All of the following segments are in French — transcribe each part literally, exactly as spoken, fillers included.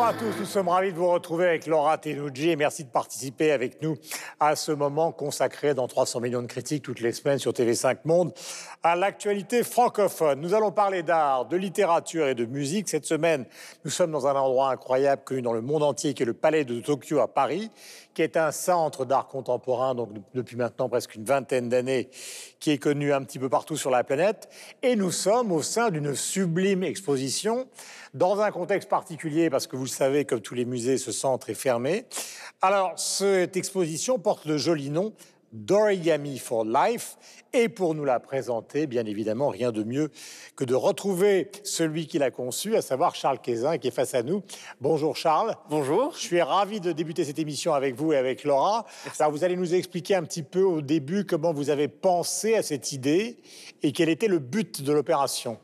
à tous, nous sommes ravis de vous retrouver avec Laura Tenucci et merci de participer avec nous à ce moment consacré dans trois cents millions de critiques toutes les semaines sur T V cinq Monde à l'actualité francophone. Nous allons parler d'art, de littérature et de musique. Cette semaine, nous sommes dans un endroit incroyable connu dans le monde entier qui est le Palais de Tokyo à Paris, qui est un centre d'art contemporain donc depuis maintenant presque une vingtaine d'années, qui est connu un petit peu partout sur la planète. Et nous sommes au sein d'une sublime exposition dans un contexte particulier parce que vous le savez, comme tous les musées, ce centre est fermé. Alors, cette exposition porte le joli nom d'Origami for Life. Et pour nous la présenter, bien évidemment, rien de mieux que de retrouver celui qui l'a conçu, à savoir Charles Quézin, qui est face à nous. Bonjour Charles. Bonjour. Je suis ravi de débuter cette émission avec vous et avec Laura. Alors, vous allez nous expliquer un petit peu au début comment vous avez pensé à cette idée et quel était le but de l'opération.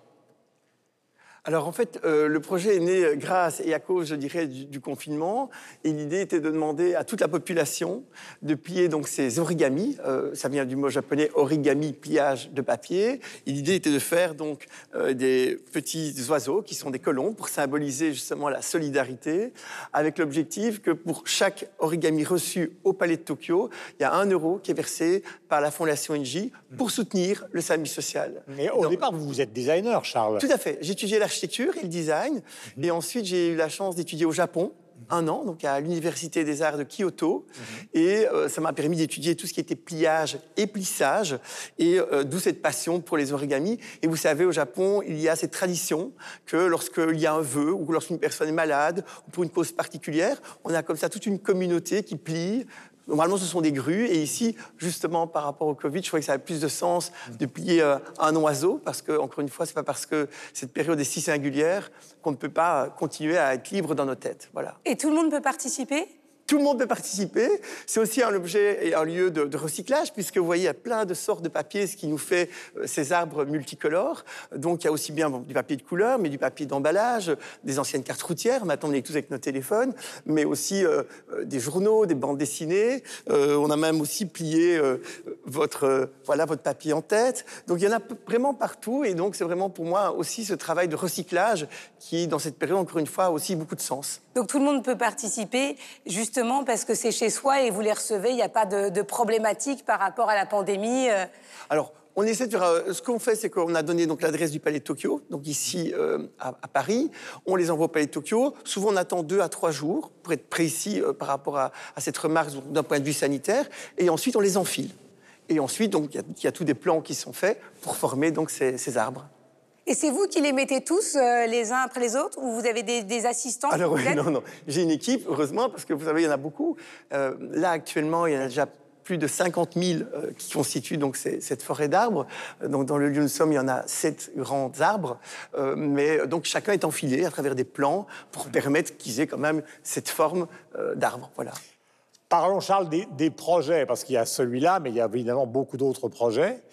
Alors en fait, euh, le projet est né grâce et à cause, je dirais, du, du confinement. Et l'idée était de demander à toute la population de plier donc ces origamis. Euh, ça vient du mot japonais origami, pliage de papier. Et l'idée était de faire donc euh, des petits oiseaux qui sont des colombes pour symboliser justement la solidarité, avec l'objectif que pour chaque origami reçu au Palais de Tokyo, il y a un euro qui est versé par la Fondation Engie pour soutenir le service social. Mais au donc, départ, vous, vous êtes designer, Charles. Tout à fait. J'ai étudié l'architecture et le design. Mmh. Et ensuite, j'ai eu la chance d'étudier au Japon, mmh. un an, donc à l'Université des Arts de Kyoto. Mmh. Et euh, ça m'a permis d'étudier tout ce qui était pliage et plissage, et euh, d'où cette passion pour les origamis. Et vous savez, au Japon, il y a cette tradition que lorsqu'il y a un vœu, ou lorsqu'une personne est malade, ou pour une cause particulière, on a comme ça toute une communauté qui plie. Normalement, ce sont des grues. Et ici, justement, par rapport au Covid, je trouvais que ça avait plus de sens de plier euh, un oiseau. Parce que, encore une fois, c'est pas parce que cette période est si singulière qu'on ne peut pas continuer à être libre dans nos têtes. Voilà. Et tout le monde peut participer ? Tout le monde peut participer. C'est aussi un objet et un lieu de, de recyclage, puisque vous voyez, il y a plein de sortes de papiers, ce qui nous fait euh, ces arbres multicolores. Donc, il y a aussi bien bon, du papier de couleur, mais du papier d'emballage, des anciennes cartes routières. Maintenant, on est tous avec nos téléphones, mais aussi euh, euh, des journaux, des bandes dessinées. Euh, on a même aussi plié euh, votre, euh, voilà, votre papier en tête. Donc, il y en a vraiment partout. Et donc, c'est vraiment pour moi aussi ce travail de recyclage qui, dans cette période, encore une fois, a aussi beaucoup de sens. Donc, tout le monde peut participer, justement, parce que c'est chez soi et vous les recevez, il n'y a pas de, de problématique par rapport à la pandémie. Euh... Alors, on essaie de faire... Euh, ce qu'on fait, c'est qu'on a donné donc, l'adresse du Palais de Tokyo, donc ici euh, à, à Paris. On les envoie au Palais de Tokyo. Souvent, on attend deux à trois jours pour être précis euh, par rapport à, à cette remarque d'un point de vue sanitaire. Et ensuite, on les enfile. Et ensuite, donc, il y, y a tous des plans qui sont faits pour former donc, ces, ces arbres. Et c'est vous qui les mettez tous euh, les uns après les autres ou vous avez des, des assistants? Alors oui, non, non. J'ai une équipe, heureusement, parce que vous savez, il y en a beaucoup. Euh, là, actuellement, il y en a déjà plus de cinquante mille euh, qui constituent donc, ces, cette forêt d'arbres. Donc, dans le lieu où nous sommes, il y en a sept grands arbres. Euh, mais donc, chacun est enfilé à travers des plans pour permettre qu'ils aient quand même cette forme euh, d'arbre. Voilà. Parlons, Charles, des, des projets, parce qu'il y a celui-là, mais il y a évidemment beaucoup d'autres projets.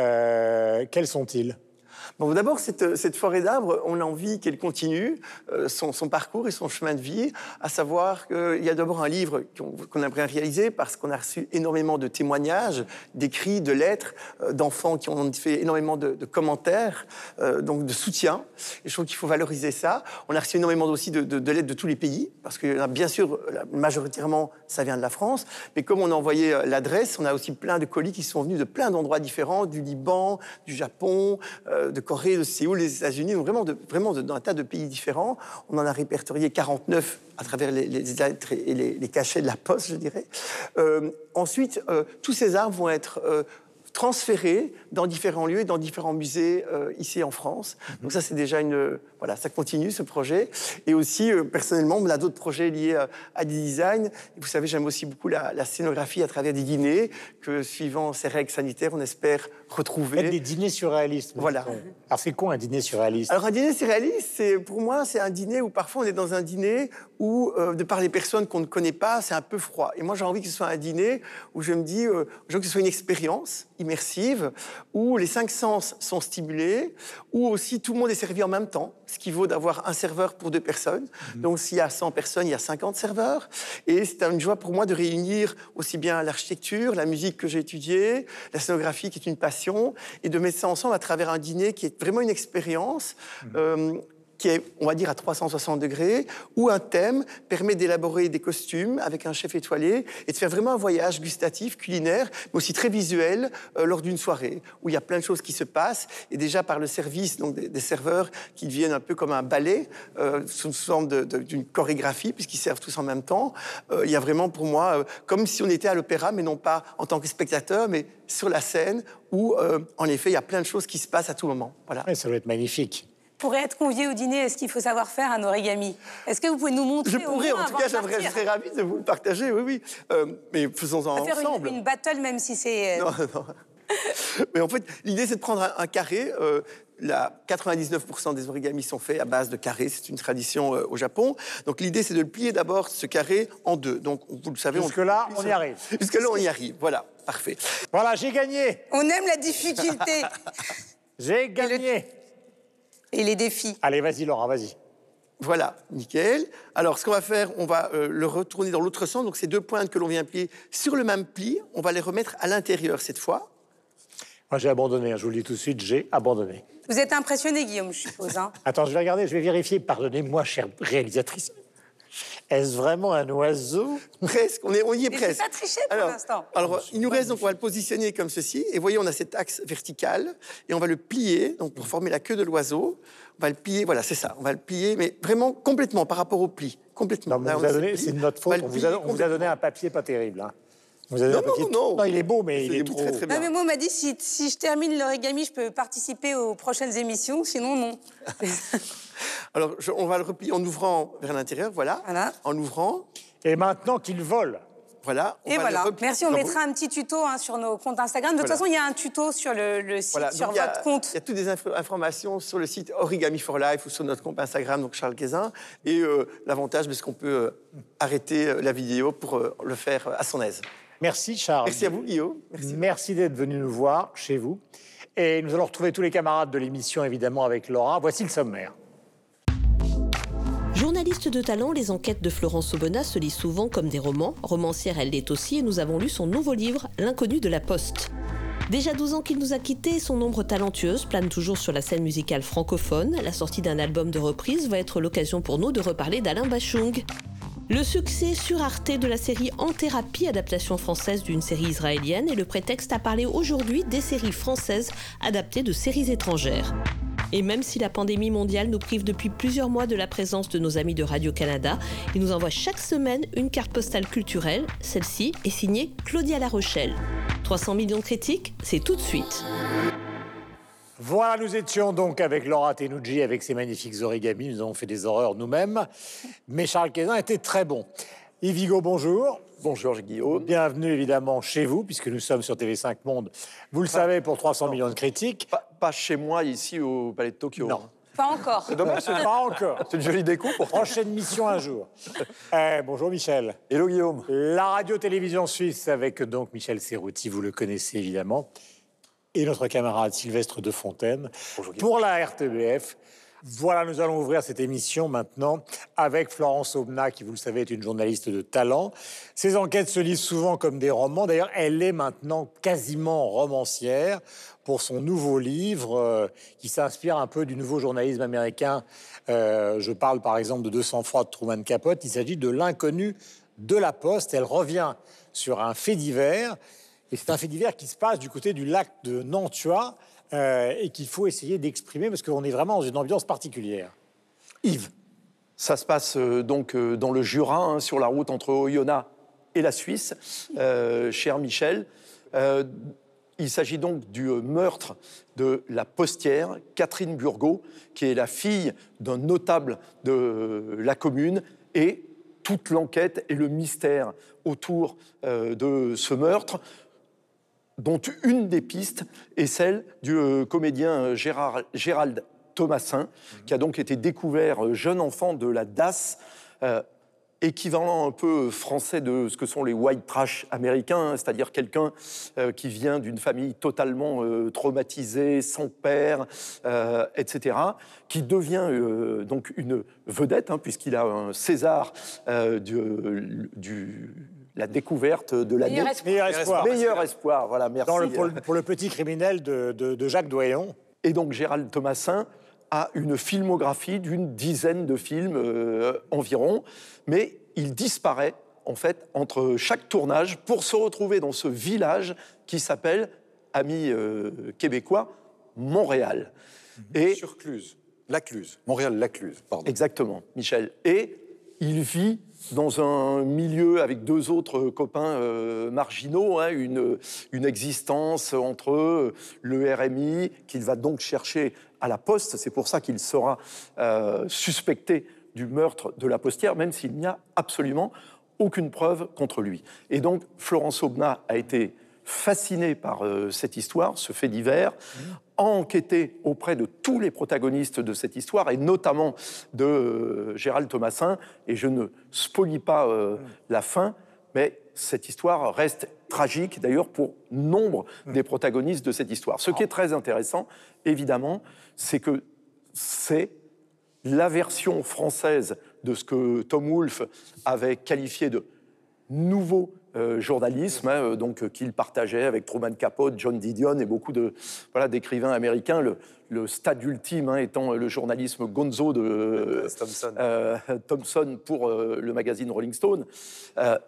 Euh, quels sont-ils ? Bon, d'abord, cette, cette forêt d'arbres, on a envie qu'elle continue euh, son, son parcours et son chemin de vie, à savoir qu'il y a d'abord un livre qu'on, qu'on aimerait réaliser parce qu'on a reçu énormément de témoignages, d'écrits, de lettres, euh, d'enfants qui ont fait énormément de, de commentaires, euh, donc de soutien. Et je trouve qu'il faut valoriser ça. On a reçu énormément aussi de, de, de lettres de tous les pays, parce que a, bien sûr, majoritairement, ça vient de la France. Mais comme on a envoyé l'adresse, on a aussi plein de colis qui sont venus de plein d'endroits différents, du Liban, du Japon, euh, de Corée, de Séoul, des États-Unis, donc vraiment, de, vraiment de, dans un tas de pays différents. On en a répertorié quarante-neuf à travers les, les lettres et les, les cachets de la poste, je dirais. Euh, ensuite, euh, tous ces arbres vont être euh, transférés dans différents lieux et dans différents musées euh, ici en France. Mm-hmm. Donc ça, c'est déjà une... Voilà, ça continue, ce projet. Et aussi, euh, personnellement, on a d'autres projets liés euh, à du design. Et vous savez, j'aime aussi beaucoup la, la scénographie à travers des dîners que, suivant ces règles sanitaires, on espère retrouver. Faites des dîners surréalistes. Voilà. Alors, c'est quoi un dîner surréaliste? Alors, un dîner surréaliste, c'est, pour moi, c'est un dîner où parfois on est dans un dîner où, euh, de par les personnes qu'on ne connaît pas, c'est un peu froid. Et moi, j'ai envie que ce soit un dîner où je me dis, euh, je veux que ce soit une expérience immersive, où les cinq sens sont stimulés, où aussi tout le monde est servi en même temps, ce qui vaut d'avoir un serveur pour deux personnes. Mmh. Donc, s'il y a cent personnes, il y a cinquante serveurs. Et c'est une joie pour moi de réunir aussi bien l'architecture, la musique que j'ai étudiée, la scénographie qui est une passion, et de mettre ça ensemble à travers un dîner qui est vraiment une expérience. Mmh. Euh, qui est, on va dire, à trois cent soixante degrés, où un thème permet d'élaborer des costumes avec un chef étoilé et de faire vraiment un voyage gustatif, culinaire, mais aussi très visuel euh, lors d'une soirée, où il y a plein de choses qui se passent, et déjà par le service, donc des, des serveurs qui deviennent un peu comme un ballet, euh, sous forme de, de, d'une chorégraphie, puisqu'ils servent tous en même temps. Euh, il y a vraiment, pour moi, euh, comme si on était à l'opéra, mais non pas en tant que spectateur, mais sur la scène, où, euh, en effet, il y a plein de choses qui se passent à tout moment. Voilà. Ouais, ça doit être magnifique. Pour être convié au dîner, est-ce qu'il faut savoir faire un origami? Est-ce que vous pouvez nous montrer? Je pourrais, en tout cas, j'aimerais, je serais ravi de vous le partager, oui, oui. Euh, mais faisons-en faire ensemble. Une, une battle, même si c'est... Non, non. Mais en fait, l'idée, c'est de prendre un, un carré. Euh, là, quatre-vingt-dix-neuf pour cent des origamis sont faits à base de carrés. C'est une tradition euh, au Japon. Donc, l'idée, c'est de le plier d'abord, ce carré, en deux. Donc, vous le savez... Jusque-là, on, on y arrive. Jusque-là, on y arrive. Voilà, parfait. Voilà, j'ai gagné. On aime la difficulté. J'ai gagné. Et les défis. Allez, vas-y, Laura, vas-y. Voilà, nickel. Alors, ce qu'on va faire, on va euh, le retourner dans l'autre sens. Donc, ces deux pointes que l'on vient plier sur le même pli, on va les remettre à l'intérieur cette fois. Moi, j'ai abandonné, hein, je vous le dis tout de suite, j'ai abandonné. Vous êtes impressionné, Guillaume, je suppose. Hein. Attends, je vais regarder, je vais vérifier. Pardonnez-moi, chère réalisatrice. Est-ce vraiment un oiseau? Presque, on, est, on y est Mais presque. c'est pas triché pour alors, l'instant. Alors, il nous reste, donc, on va le positionner comme ceci. Et voyez, on a cet axe vertical. Et on va le plier, donc pour former la queue de l'oiseau. On va le plier, voilà, c'est ça. On va le plier, mais vraiment complètement par rapport au pli. Complètement. Non, mais Là, vous on a donné, se plie. c'est de notre On va faute. le On vous, a, plier on vous a donné un papier pas terrible. Hein. Vous avez Non, un papier non, non, non. Non, il est beau, mais C'est il est des trop... très, très Non, bien. mais moi, on m'a dit, si, si je termine l'origami, je peux participer aux prochaines émissions. Sinon, non. Alors, je- on va le replier en ouvrant vers l'intérieur, voilà. Voilà. En ouvrant, Et maintenant qu'il vole. voilà. On Et va voilà. le replier. Merci, on Bravo. mettra un petit tuto hein, sur nos comptes Instagram. De toute Voilà. façon, il y a un tuto sur le, le site, Voilà, sur donc il y a- votre compte. Il y a toutes des info- informations sur le site Origami for Life ou sur notre compte Instagram, donc Charles Quézin. Et euh, l'avantage, c'est qu'on peut euh, arrêter euh, la vidéo pour euh, le faire euh, à son aise. Merci, Charles. Merci à vous, Guillaume. Merci. Merci d'être venu nous voir chez vous. Et nous allons retrouver tous les camarades de l'émission, évidemment, avec Laura. Voici le sommaire. Journaliste de talent, les enquêtes de Florence Aubenas se lisent souvent comme des romans. Romancière, elle l'est aussi, et nous avons lu son nouveau livre, L'inconnu de la Poste. Déjà douze ans qu'il nous a quittés, son ombre talentueuse plane toujours sur la scène musicale francophone. La sortie d'un album de reprise va être l'occasion pour nous de reparler d'Alain Bachung. Le succès sur Arte de la série En Thérapie, adaptation française d'une série israélienne, est le prétexte à parler aujourd'hui des séries françaises adaptées de séries étrangères. Et même si la pandémie mondiale nous prive depuis plusieurs mois de la présence de nos amis de Radio-Canada, ils nous envoient chaque semaine une carte postale culturelle. Celle-ci est signée Claudia La Rochelle. trois cents millions de critiques, c'est tout de suite. Voilà, nous étions donc avec Laura Tenucci, avec ses magnifiques origamis. Nous avons fait des horreurs nous-mêmes. Mais Charles Quézin était très bon. Yves Vigo, bonjour. Bonjour, Guillaume. Bienvenue évidemment chez vous, puisque nous sommes sur T V cinq Monde. Vous le savez, pour trois cents millions de critiques. Pas, pas chez moi, ici, au Palais de Tokyo. Non. Pas encore. C'est dommage, c'est Pas encore. c'est une jolie déco pour toi. Prochaine mission un jour. Eh, bonjour Michel. Hello, Guillaume. La radio-télévision suisse avec donc Michel Serruti, vous le connaissez évidemment, et notre camarade Sylvestre de Fontaine pour la R T B F. Voilà, nous allons ouvrir cette émission maintenant avec Florence Aubenas, qui, vous le savez, est une journaliste de talent. Ses enquêtes se lisent souvent comme des romans. D'ailleurs, elle est maintenant quasiment romancière pour son nouveau livre euh, qui s'inspire un peu du nouveau journalisme américain. Euh, je parle par exemple de deux cents froid de Truman Capote. Il s'agit de L'inconnu de la Poste. Elle revient sur un fait divers. Et c'est un fait divers qui se passe du côté du lac de Nantua. Euh, et qu'il faut essayer d'exprimer parce qu'on est vraiment dans une ambiance particulière. Yves. Ça se passe euh, donc euh, dans le Jura, hein, sur la route entre Oyonnax et la Suisse, euh, cher Michel. Euh, il s'agit donc du euh, meurtre de la postière Catherine Burgot, qui est la fille d'un notable de euh, la commune, et toute l'enquête et le mystère autour euh, de ce meurtre, dont une des pistes est celle du euh, comédien Gérard, Gérald Thomassin, mmh. qui a donc été découvert euh, jeune enfant de la D A S, euh, équivalent un peu français de ce que sont les white trash américains, hein, c'est-à-dire quelqu'un euh, qui vient d'une famille totalement euh, traumatisée, sans père, euh, et cetera, qui devient euh, donc une vedette, hein, puisqu'il a un César euh, du... du la découverte de l'année. Meilleur espoir. Meilleur espoir. Meilleur espoir, voilà, merci. Dans le, pour, le, pour le petit criminel de, de, de Jacques Doyon. Et donc Gérald Thomassin a une filmographie d'une dizaine de films euh, environ, mais il disparaît en fait entre chaque tournage pour se retrouver dans ce village qui s'appelle, amis euh, québécois, Montréal. Et sur Cluse, Lacluse, Montréal-Lacluse, pardon. Exactement, Michel. Et il vit dans un milieu avec deux autres copains euh, marginaux, hein, une, une existence entre eux, le R M I, qu'il va donc chercher à la poste. C'est pour ça qu'il sera euh, suspecté du meurtre de la postière, même s'il n'y a absolument aucune preuve contre lui. Et donc, Florence Aubenas a été fascinée par euh, cette histoire, ce fait divers, a enquêté auprès de tous les protagonistes de cette histoire, et notamment de euh, Gérald Thomassin, et je ne spoilie pas euh, la fin, mais cette histoire reste tragique, d'ailleurs, pour nombre des protagonistes de cette histoire. Ce qui est très intéressant, évidemment, c'est que c'est la version française de ce que Tom Wolfe avait qualifié de nouveau euh, journalisme, hein, donc euh, qu'il partageait avec Truman Capote, John Didion et beaucoup de voilà d'écrivains américains. Le, le stade ultime hein, étant le journalisme gonzo de euh, Thompson. Euh, Thompson pour euh, le magazine Rolling Stone. Euh,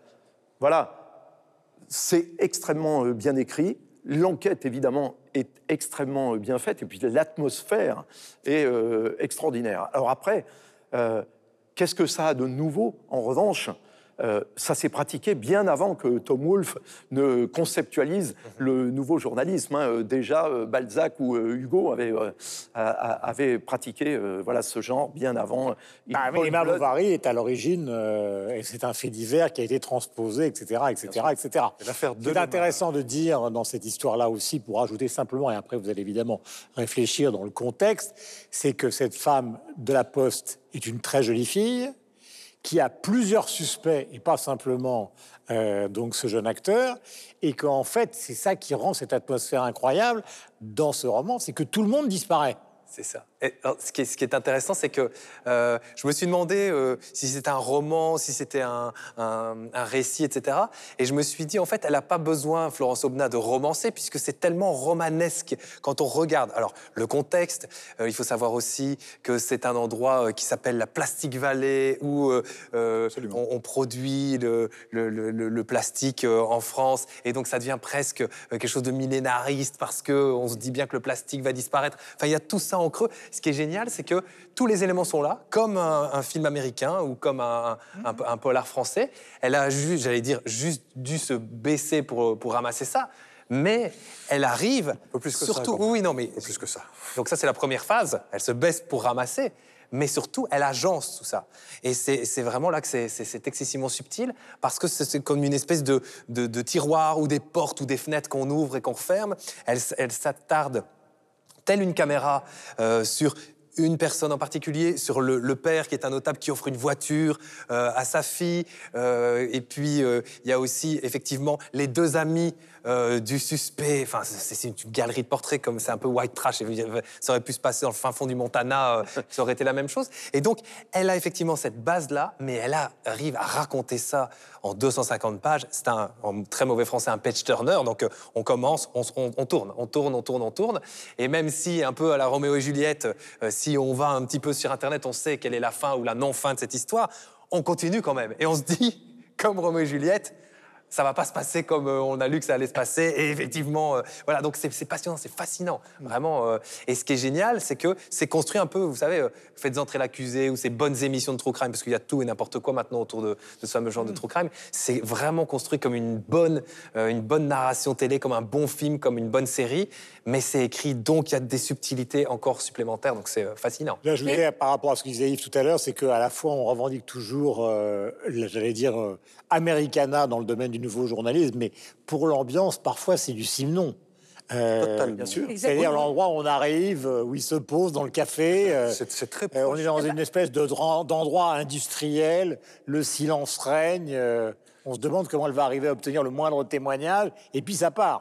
voilà, c'est extrêmement euh, bien écrit. L'enquête, évidemment, est extrêmement euh, bien faite, et puis l'atmosphère est euh, extraordinaire. Alors après, euh, qu'est-ce que ça a de nouveau, en revanche? Euh, ça s'est pratiqué bien avant que Tom Wolfe ne conceptualise le nouveau journalisme. Hein. Déjà, euh, Balzac ou euh, Hugo avaient, euh, avaient pratiqué euh, voilà, ce genre bien avant. Bah, mais Emma Bovary est à l'origine, euh, et c'est un fait divers qui a été transposé, et cetera, et cetera, et cetera. C'est intéressant de dire dans cette histoire-là aussi, pour ajouter simplement, et après vous allez évidemment réfléchir dans le contexte, c'est que cette femme de la Poste est une très jolie fille, qui a plusieurs suspects, et pas simplement euh, donc ce jeune acteur, et qu'en fait, c'est ça qui rend cette atmosphère incroyable dans ce roman, c'est que tout le monde disparaît. C'est ça. Et, alors, ce, qui est, ce qui est intéressant, c'est que euh, je me suis demandé euh, si c'était un roman, si c'était un, un, un récit, et cetera. Et je me suis dit, en fait, elle n'a pas besoin, Florence Aubenas, de romancer, puisque c'est tellement romanesque quand on regarde. Alors, le contexte, euh, il faut savoir aussi que c'est un endroit euh, qui s'appelle la Plastic Valley, où euh, euh, on, on produit le, le, le, le plastique euh, en France. Et donc, ça devient presque euh, quelque chose de millénariste, parce qu'on se dit bien que le plastique va disparaître. Enfin, il y a tout ça en creux. Ce qui est génial, c'est que tous les éléments sont là, comme un, un film américain ou comme un, un, un polar français. Elle a juste, j'allais dire, juste dû se baisser pour, pour ramasser ça. Mais elle arrive, un peu plus que surtout, ça, oui, non, mais plus que ça. Donc ça, c'est la première phase. Elle se baisse pour ramasser, mais surtout, elle agence tout ça. Et c'est, c'est vraiment là que c'est, c'est, c'est excessivement subtil, parce que c'est comme une espèce de, de, de tiroir ou des portes ou des fenêtres qu'on ouvre et qu'on referme. Elle, elle s'attarde telle une caméra euh, sur une personne en particulier, sur le, le père qui est un notable qui offre une voiture euh, à sa fille. Euh, et puis, euh, il y a aussi, effectivement, les deux amis euh, du suspect. Enfin, c'est, c'est une galerie de portraits, comme c'est un peu white trash. Ça aurait pu se passer dans le fin fond du Montana, euh, ça aurait été la même chose. Et donc, elle a effectivement cette base-là, mais elle a, arrive à raconter ça en deux cent cinquante pages. C'est un, en très mauvais français, un page-turner. Donc, euh, on commence, on, on, on tourne, on tourne, on tourne, on tourne. Et même si, un peu à la Roméo et Juliette, euh, si on va un petit peu sur Internet, on sait quelle est la fin ou la non-fin de cette histoire, on continue quand même. Et on se dit, comme Roméo et Juliette, ça va pas se passer comme euh, on a lu que ça allait se passer. Et effectivement, euh, voilà, donc c'est, c'est passionnant, c'est fascinant, vraiment. Euh, et ce qui est génial, c'est que c'est construit un peu, vous savez, euh, Faites entrer l'accusé ou ces bonnes émissions de true crime, parce qu'il y a tout et n'importe quoi maintenant autour de, de ce fameux genre de true crime. C'est vraiment construit comme une bonne, euh, une bonne narration télé, comme un bon film, comme une bonne série. Mais c'est écrit, donc il y a des subtilités encore supplémentaires, donc c'est euh, fascinant. Là, je voulais, et... par rapport à ce que disait Yves tout à l'heure, c'est qu'à la fois, on revendique toujours, euh, j'allais dire, euh, Americana dans le domaine du nouveau journalisme, mais pour l'ambiance, parfois, c'est du Simon. Euh, Total, bien sûr. C'est-à-dire l'endroit où on arrive, où il se pose dans le café. Euh, c'est, c'est très euh, on est dans une espèce de, d'endroit industriel, le silence règne. Euh, on se demande comment elle va arriver à obtenir le moindre témoignage, et puis ça part.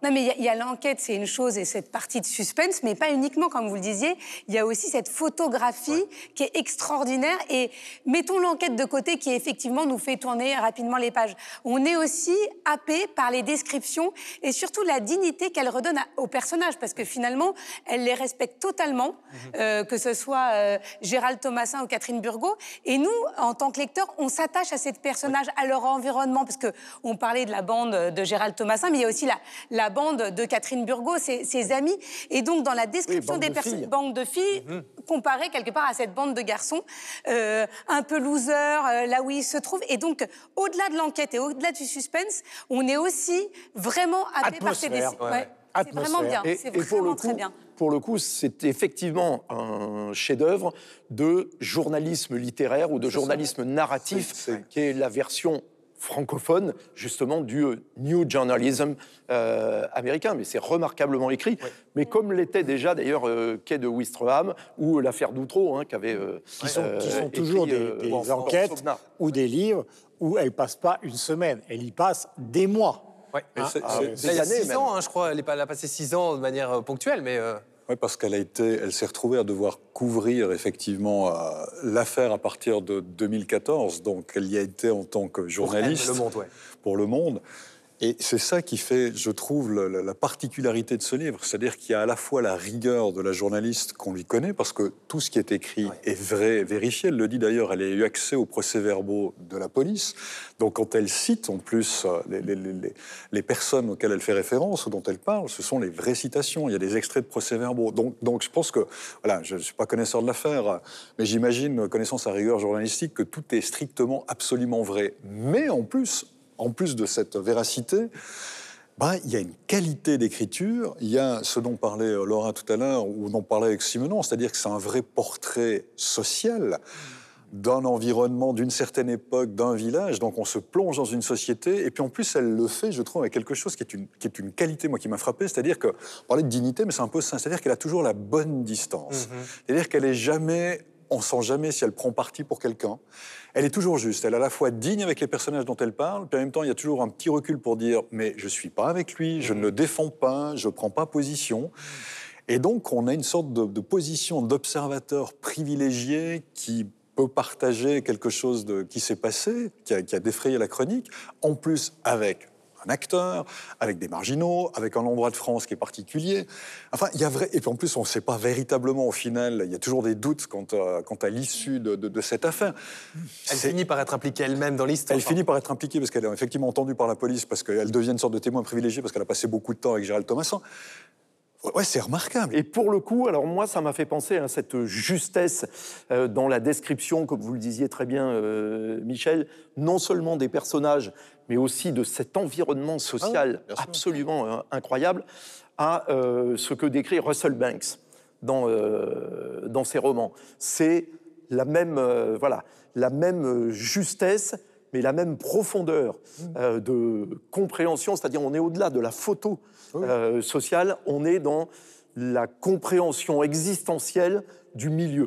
Non, mais il y a, il y a l'enquête, c'est une chose, et cette partie de suspense, mais pas uniquement, comme vous le disiez. Il y a aussi cette photographie ouais. qui est extraordinaire. Et mettons l'enquête de côté qui, effectivement, nous fait tourner rapidement les pages. On est aussi happé par les descriptions et surtout la dignité qu'elle redonne à, aux personnages, parce que finalement, elle les respecte totalement, mm-hmm. euh, que ce soit euh, Gérald Thomasin ou Catherine Burgot. Et nous, en tant que lecteurs, on s'attache à ces personnages, ouais. à leur environnement, parce qu'on parlait de la bande de Gérald Thomasin, mais il y a aussi la, la bande de Catherine Burgot, ses, ses amis. Et donc, dans la description oui, des personnes, bande de filles, mmh. comparée quelque part à cette bande de garçons, euh, un peu loser, euh, là où ils se trouvent. Et donc, au-delà de l'enquête et au-delà du suspense, on est aussi vraiment happé par ces décisions. Ouais, ouais. C'est vraiment bien. Et, c'est et vraiment pour le coup, très bien. Pour le coup, c'est effectivement un chef-d'œuvre de journalisme littéraire ou de journalisme narratif, c'est, c'est... qui est la version francophone, justement, du New Journalism euh, américain. Mais c'est remarquablement écrit. Ouais. Mais comme l'était déjà, d'ailleurs, euh, Quai de Ouistreham ou l'affaire D'Outreau, hein, qui avait... Euh, qui sont, euh, qui sont toujours écrit, des, des euh, enquêtes ou des livres où elles ne passent pas une semaine. Elles y passent des mois. Ouais. Hein c'est, ah, c'est, c'est, il y a six ans, hein, je crois. Elle, est pas, elle a passé six ans de manière euh, ponctuelle, mais... Euh... Oui, parce qu'elle a été, elle s'est retrouvée à devoir couvrir effectivement euh, l'affaire à partir de deux mille quatorze. Donc, elle y a été en tant que journaliste pour Le Monde. Ouais. Pour Le Monde. Et c'est ça qui fait, je trouve, le, la particularité de ce livre. C'est-à-dire qu'il y a à la fois la rigueur de la journaliste qu'on lui connaît, parce que tout ce qui est écrit ouais. est vrai, vérifié. Elle le dit d'ailleurs, elle a eu accès aux procès-verbaux de la police. Donc quand elle cite en plus les, les, les, les personnes auxquelles elle fait référence ou dont elle parle, ce sont les vraies citations. Il y a des extraits de procès-verbaux. Donc, donc je pense que, voilà, je ne suis pas connaisseur de l'affaire, mais j'imagine, connaissant sa rigueur journalistique, que tout est strictement, absolument vrai. Mais en plus... En plus de cette véracité, ben, il y a une qualité d'écriture, il y a ce dont parlait Laura tout à l'heure, ou dont parlait avec Simenon, c'est-à-dire que c'est un vrai portrait social d'un environnement, d'une certaine époque, d'un village. Donc on se plonge dans une société, et puis en plus elle le fait, je trouve, avec quelque chose qui est une, qui est une qualité, moi, qui m'a frappé, c'est-à-dire que, on parlait de dignité, mais c'est un peu ça, c'est-à-dire qu'elle a toujours la bonne distance. Mm-hmm. C'est-à-dire qu'elle est jamais... On ne sent jamais si elle prend parti pour quelqu'un. Elle est toujours juste. Elle est à la fois digne avec les personnages dont elle parle, puis en même temps, il y a toujours un petit recul pour dire « mais je ne suis pas avec lui, je ne le défends pas, je ne prends pas position ». Et donc, on a une sorte de, de position d'observateur privilégié qui peut partager quelque chose de, qui s'est passé, qui a, qui a défrayé la chronique, en plus avec... un acteur, avec des marginaux, avec un endroit de France qui est particulier. Enfin, il y a vrai... Et puis en plus, on ne sait pas véritablement, au final, il y a toujours des doutes quant à, quant à l'issue de, de, de cette affaire. Elle c'est... finit par être impliquée elle-même dans l'histoire. Elle finit par être impliquée parce qu'elle est effectivement entendue par la police, parce qu'elle devient une sorte de témoin privilégié, parce qu'elle a passé beaucoup de temps avec Gérald Thomasin. Ouais, c'est remarquable. Et pour le coup, alors moi, ça m'a fait penser à cette justesse euh, dans la description, comme vous le disiez très bien, euh, Michel, non seulement des personnages, mais aussi de cet environnement social ah, absolument euh, incroyable, à euh, ce que décrit Russell Banks dans, euh, dans ses romans. C'est la même, euh, voilà, la même justesse, mais la même profondeur euh, de compréhension, c'est-à-dire on est au-delà de la photo oui. euh, sociale, on est dans la compréhension existentielle du milieu.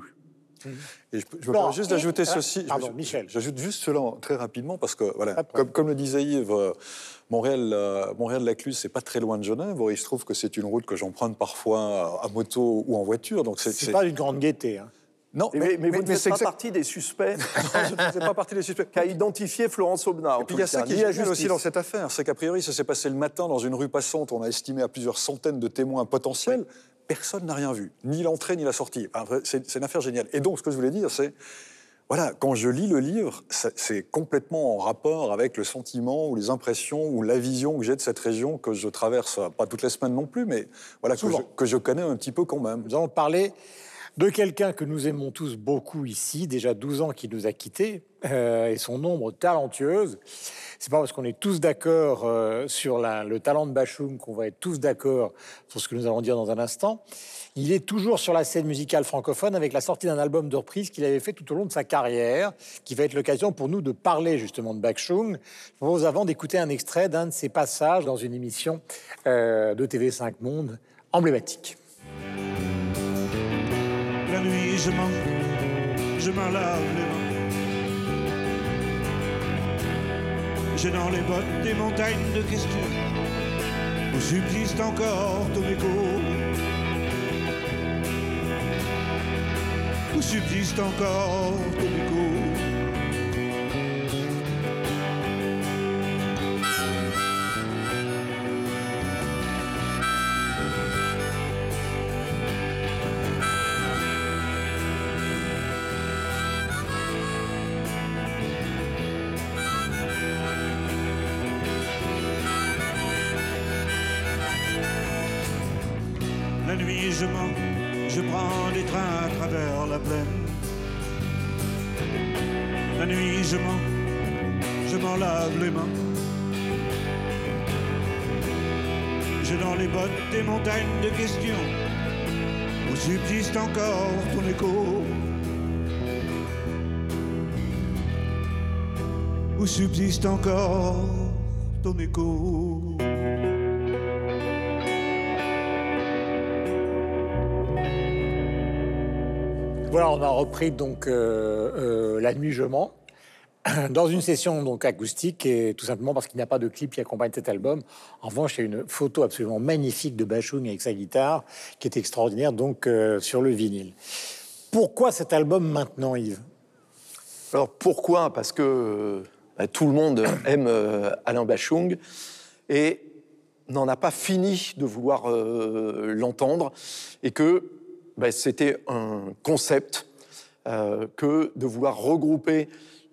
Et je, je me permets juste d'ajouter et, ceci. Pardon, je, Michel. J'ajoute juste cela très rapidement parce que, voilà, comme, comme le disait Yves, euh, Montréal, euh, Montréal-Lacluse, c'est pas très loin de Genève. Il se trouve que c'est une route que j'emprunte parfois à moto ou en voiture. Donc c'est, c'est, c'est... pas une grande gaieté. Hein. Non, mais, mais, mais, mais vous ne faites pas exact... partie des suspects. Non, je ne faisais pas partie des suspects. Qu'a identifié Florence Aubenas. Et puis il y a ça qui est génial aussi dans cette affaire, c'est qu'a priori, ça s'est passé le matin dans une rue passante. On a estimé à plusieurs centaines de témoins potentiels. Oui. Personne n'a rien vu, ni l'entrée ni la sortie. Enfin, c'est, c'est une affaire géniale. Et donc, ce que je voulais dire, c'est, voilà, quand je lis le livre, ça, c'est complètement en rapport avec le sentiment ou les impressions ou la vision que j'ai de cette région que je traverse, pas toutes les semaines non plus, mais voilà, que je, que je connais un petit peu quand même. Nous allons parler de quelqu'un que nous aimons tous beaucoup ici, déjà douze ans qui nous a quittés, euh, et son ombre talentueuse. C'est pas parce qu'on est tous d'accord euh, sur la, le talent de Bashung qu'on va être tous d'accord sur ce que nous allons dire dans un instant. Il est toujours sur la scène musicale francophone avec la sortie d'un album de reprise qu'il avait fait tout au long de sa carrière, qui va être l'occasion pour nous de parler justement de Bashung. Je propose avant d'écouter un extrait d'un de ses passages dans une émission euh, de T V cinq Monde emblématique. La nuit, je m'en, je m'en lave les mains. J'ai dans les bottes des montagnes de questions où subsiste encore ton écho, où subsiste encore ton écho. La nuit je mens, je prends des trains à travers la plaine. La nuit je mens, je m'en lave les mains. J'ai dans les bottes des montagnes de questions où subsiste encore ton écho, où subsiste encore ton écho. Voilà, on a repris donc euh, euh, La Nuit je mens dans une session donc acoustique, et tout simplement parce qu'il n'y a pas de clip qui accompagne cet album. En revanche, il y a une photo absolument magnifique de Bashung avec sa guitare qui est extraordinaire donc euh, sur le vinyle. Pourquoi cet album maintenant, Yves? Alors pourquoi? Parce que euh, bah, tout le monde aime euh, Alain Bashung et n'en a pas fini de vouloir euh, l'entendre, et que bah, c'était un concept euh, que de vouloir regrouper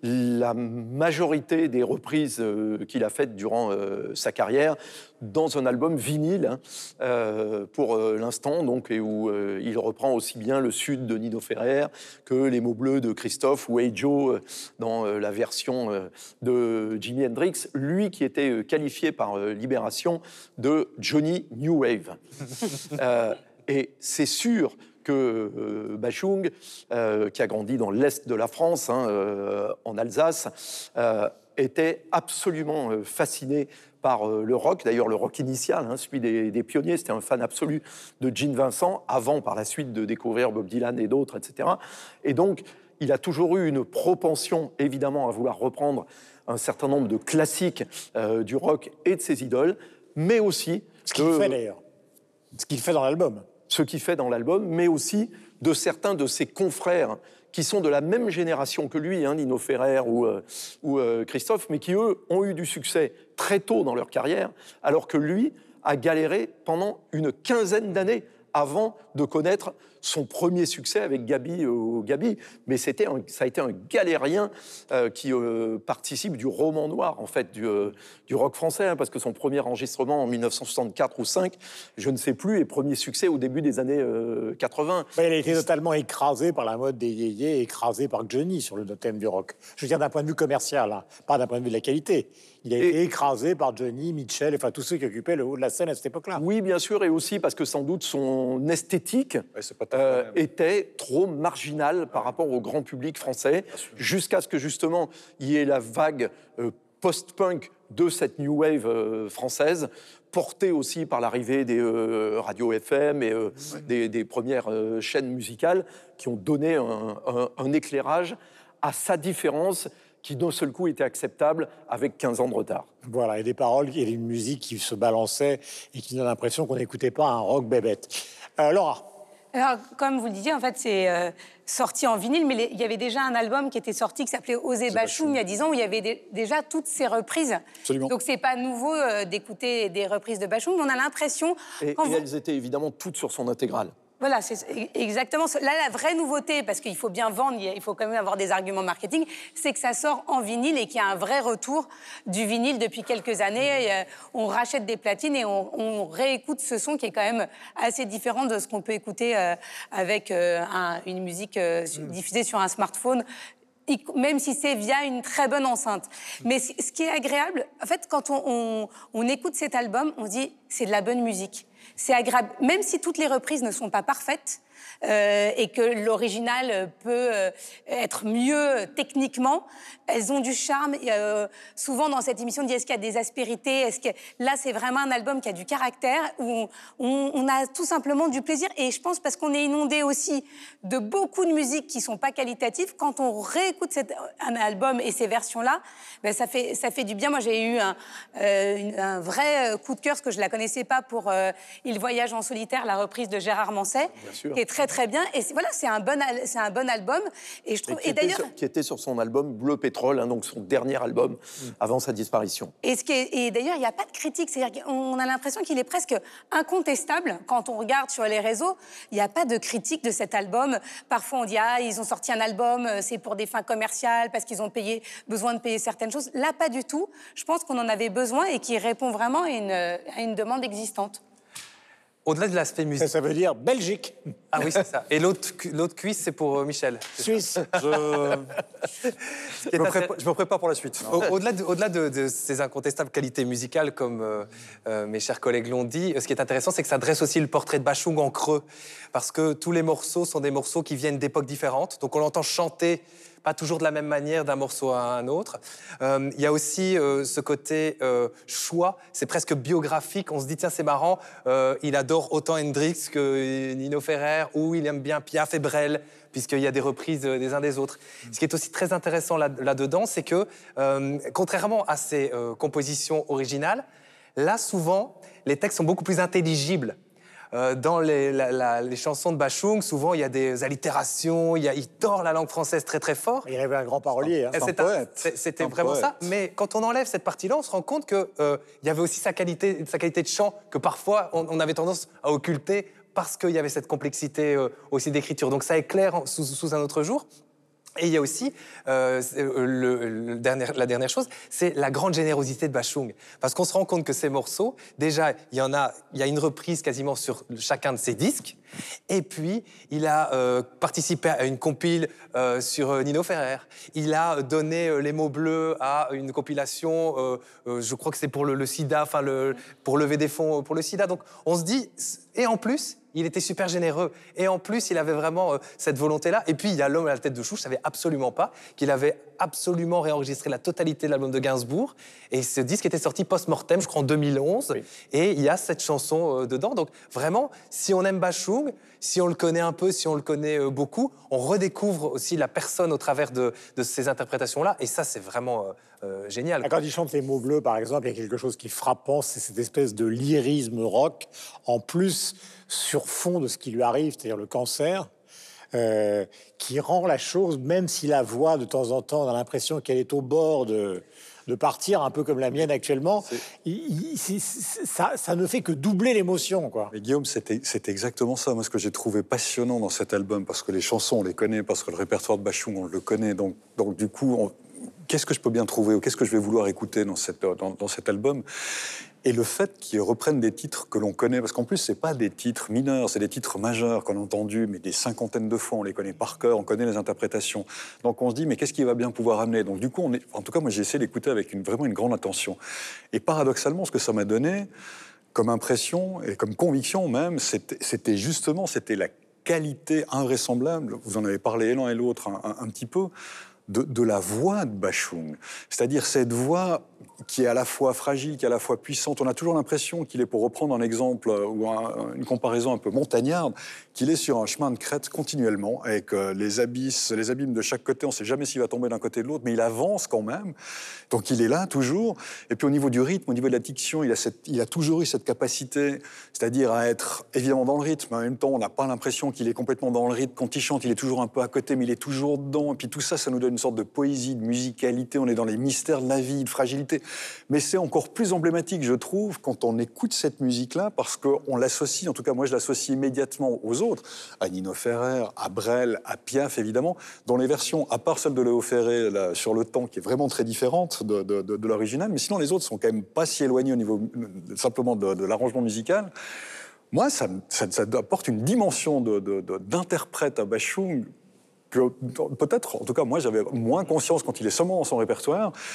la majorité des reprises euh, qu'il a faites durant euh, sa carrière dans un album vinyle, hein, euh, pour euh, l'instant, donc, et où euh, il reprend aussi bien le Sud de Nino Ferrer que les mots bleus de Christophe ou Hey Joe euh, dans euh, la version euh, de Jimi Hendrix, lui qui était euh, qualifié par euh, Libération de Johnny New Wave. euh, et c'est sûr que euh, Bashung, euh, qui a grandi dans l'Est de la France, hein, euh, en Alsace, euh, était absolument euh, fasciné par euh, le rock, d'ailleurs le rock initial, hein, celui des, des pionniers. C'était un fan absolu de Gene Vincent, avant par la suite de découvrir Bob Dylan et d'autres, et cetera. Et donc, il a toujours eu une propension, évidemment, à vouloir reprendre un certain nombre de classiques euh, du rock et de ses idoles, mais aussi... Ce qu'il de... fait d'ailleurs, ce qu'il fait dans l'album. ce qu'il fait dans l'album, mais aussi de certains de ses confrères qui sont de la même génération que lui, hein, Nino Ferrer ou, euh, ou euh, Christophe, mais qui, eux, ont eu du succès très tôt dans leur carrière, alors que lui a galéré pendant une quinzaine d'années avant de connaître son premier succès avec Gabi euh, Gabi. Mais c'était un, ça a été un galérien euh, qui euh, participe du roman noir, en fait, du, euh, du rock français, hein, parce que son premier enregistrement en mille neuf cent soixante-quatre ou cinq, je ne sais plus, et premier succès au début des années euh, quatre-vingts. Ben, il a été totalement écrasé par la mode des yéyés, écrasé par Johnny sur le thème du rock. Je veux dire d'un point de vue commercial, hein, pas d'un point de vue de la qualité. Il a Et... été écrasé par Johnny, Mitchell, enfin tous ceux qui occupaient le haut de la scène à cette époque-là. Oui, bien sûr, et aussi parce que sans doute son esthétique Ouais, c'est pas tout euh, à fait. était trop marginale par rapport au grand public français, jusqu'à ce que justement il y ait la vague euh, post-punk de cette new wave euh, française, portée aussi par l'arrivée des euh, radios F M et euh, ouais. des, des premières euh, chaînes musicales qui ont donné un, un, un éclairage à sa différence, qui d'un seul coup était acceptable avec quinze ans de retard. Voilà, et des paroles et une musique qui se balançait et qui donne l'impression qu'on n'écoutait pas un rock bébête. Euh, Laura. Alors, comme vous le disiez, en fait, c'est euh, sorti en vinyle, mais les, il y avait déjà un album qui était sorti qui s'appelait Oser Bashung il y a dix ans, où il y avait des, déjà toutes ces reprises. Absolument. Donc, c'est pas nouveau euh, d'écouter des reprises de Bashung, mais on a l'impression... Et, quand et vous... elles étaient évidemment toutes sur son intégrale. Voilà, c'est exactement. Là, la vraie nouveauté, parce qu'il faut bien vendre, il faut quand même avoir des arguments marketing, c'est que ça sort en vinyle et qu'il y a un vrai retour du vinyle depuis quelques années. Et, euh, on rachète des platines et on, on réécoute ce son qui est quand même assez différent de ce qu'on peut écouter euh, avec euh, un, une musique euh, mmh. diffusée sur un smartphone, même si c'est via une très bonne enceinte. Mais ce qui est agréable, en fait, quand on, on, on écoute cet album, on se dit c'est de la bonne musique. c'est agréable, même si toutes les reprises ne sont pas parfaites, euh, et que l'original peut euh, être mieux techniquement, elles ont du charme. Et, euh, souvent, dans cette émission, on dit est-ce qu'il y a des aspérités, est-ce que... Là, c'est vraiment un album qui a du caractère, où on, on, on a tout simplement du plaisir. Et je pense parce qu'on est inondé aussi de beaucoup de musiques qui ne sont pas qualitatives, quand on réécoute cet, un album et ces versions-là, ben, ça, fait, ça fait du bien. Moi, j'ai eu un, euh, une, un vrai coup de cœur, parce que je ne la connaissais pas, pour euh, Il voyage en solitaire, la reprise de Gérard Manset, qui est très très bien. Et c'est, voilà, c'est un bon, c'est un bon album. Et je trouve. Et, qui, et d'ailleurs, était sur, qui était sur son album Bleu Pétrole, hein, donc son dernier album mmh. avant sa disparition. Et, ce qui est, et d'ailleurs, il n'y a pas de critique. C'est-à-dire qu'on a l'impression qu'il est presque incontestable quand on regarde sur les réseaux. Il n'y a pas de critique de cet album. Parfois, on dit ah, ils ont sorti un album, c'est pour des fins commerciales parce qu'ils ont payé, besoin de payer certaines choses. Là, pas du tout. Je pense qu'on en avait besoin et qui répond vraiment à une, à une demande existante. Au-delà de l'aspect musical... Ça, ça veut dire Belgique. Ah oui, c'est ça. Et l'autre, l'autre cuisse, c'est pour euh, Michel. Suisse. Je... je, me prépare, je me prépare pour la suite. Au, au-delà de, au-delà de, de ces incontestables qualités musicales, comme euh, euh, mes chers collègues l'ont dit, ce qui est intéressant, c'est que ça dresse aussi le portrait de Bachung en creux. Parce que tous les morceaux sont des morceaux qui viennent d'époques différentes. Donc on l'entend chanter pas toujours de la même manière d'un morceau à un autre. Il euh, y a aussi euh, ce côté euh, choix, c'est presque biographique. On se dit, tiens, c'est marrant, euh, il adore autant Hendrix que Nino Ferrer, ou il aime bien Piaf et Brel, puisqu'il y a des reprises des uns des autres. Ce qui est aussi très intéressant là, là-dedans, c'est que, euh, contrairement à ces euh, compositions originales, là, souvent, les textes sont beaucoup plus intelligibles. Euh, dans les, la, la, les chansons de Bachung, souvent, il y a des allitérations, il, y a, il tord la langue française très, très fort. Il avait un grand parolier. Hein. Un C'est poète. un, c'était un vraiment poète. ça. Mais quand on enlève cette partie-là, on se rend compte qu'il euh, y avait aussi sa qualité, sa qualité de chant, que parfois, on, on avait tendance à occulter parce qu'il y avait cette complexité euh, aussi d'écriture. Donc ça éclaire sous, sous un autre jour. Et il y a aussi, euh, le, le dernier, la dernière chose, c'est la grande générosité de Bachung. Parce qu'on se rend compte que ces morceaux, déjà, il y en a, il y a une reprise quasiment sur chacun de ses disques. Et puis, il a euh, participé à une compile euh, sur Nino Ferrer. Il a donné euh, les mots bleus à une compilation, euh, euh, je crois que c'est pour le, le sida, enfin, le, pour lever des fonds pour le sida. Donc, on se dit, et en plus, il était super généreux. Et en plus, il avait vraiment euh, cette volonté-là. Et puis, il y a L'homme à la tête de chou. Je ne savais absolument pas qu'il avait absolument réenregistré la totalité de l'album de Gainsbourg. Et ce disque était sorti post-mortem, je crois, en deux mille onze. Oui. Et il y a cette chanson euh, dedans. Donc, vraiment, si on aime Bachung, si on le connaît un peu, si on le connaît euh, beaucoup, on redécouvre aussi la personne au travers de, de ces interprétations-là. Et ça, c'est vraiment euh, euh, génial. Quand il chante les mots bleus, par exemple, il y a quelque chose qui est frappant, c'est cette espèce de lyrisme rock, en plus sur fond de ce qui lui arrive, c'est-à-dire le cancer, euh, qui rend la chose, même si la voix, de temps en temps, on a l'impression qu'elle est au bord de, de partir, un peu comme la mienne actuellement, il, il, c'est, c'est, ça, ça ne fait que doubler l'émotion, quoi. Mais Guillaume, c'était, c'est exactement ça. Moi, ce que j'ai trouvé passionnant dans cet album, parce que les chansons, on les connaît, parce que le répertoire de Bachung, on le connaît, donc, donc du coup, on, qu'est-ce que je peux bien trouver, ou qu'est-ce que je vais vouloir écouter dans, cette, dans, dans cet album ? Et le fait qu'ils reprennent des titres que l'on connaît, parce qu'en plus, c'est pas des titres mineurs, c'est des titres majeurs qu'on a entendus, mais des cinquantaines de fois, on les connaît par cœur, on connaît les interprétations. Donc on se dit, mais qu'est-ce qu'il va bien pouvoir amener ? Donc du coup, on est, en tout cas, moi, j'ai essayé d'écouter avec une, vraiment une grande attention. Et paradoxalement, ce que ça m'a donné comme impression, et comme conviction même, c'était, c'était justement, c'était la qualité invraisemblable, vous en avez parlé l'un et l'autre un, un, un petit peu, De, de la voix de Bachung. C'est-à-dire cette voix qui est à la fois fragile, qui est à la fois puissante. On a toujours l'impression qu'il est, pour reprendre un exemple ou un, une comparaison un peu montagnarde, qu'il est sur un chemin de crête continuellement, avec euh, les abysses, les abîmes de chaque côté. On ne sait jamais s'il va tomber d'un côté ou de l'autre, mais il avance quand même. Donc il est là toujours. Et puis au niveau du rythme, au niveau de la diction, il a, cette, il a toujours eu cette capacité, c'est-à-dire à être évidemment dans le rythme, mais en même temps, on n'a pas l'impression qu'il est complètement dans le rythme. Quand il chante, il est toujours un peu à côté, mais il est toujours dedans. Et puis tout ça, ça nous donne une sorte de poésie, de musicalité. On est dans les mystères de la vie, de fragilité. Mais c'est encore plus emblématique, je trouve, quand on écoute cette musique-là, parce qu'on l'associe, en tout cas moi je l'associe immédiatement aux autres, à Nino Ferrer, à Brel, à Piaf évidemment, dans les versions, à part celle de Léo Ferré là, sur le temps, qui est vraiment très différente de, de, de, de l'original, mais sinon les autres sont quand même pas si éloignés au niveau simplement de, de l'arrangement musical. Moi, ça, ça, ça apporte une dimension de, de, de, d'interprète à Bachung que peut-être, en tout cas moi j'avais moins conscience quand il est seulement dans son répertoire.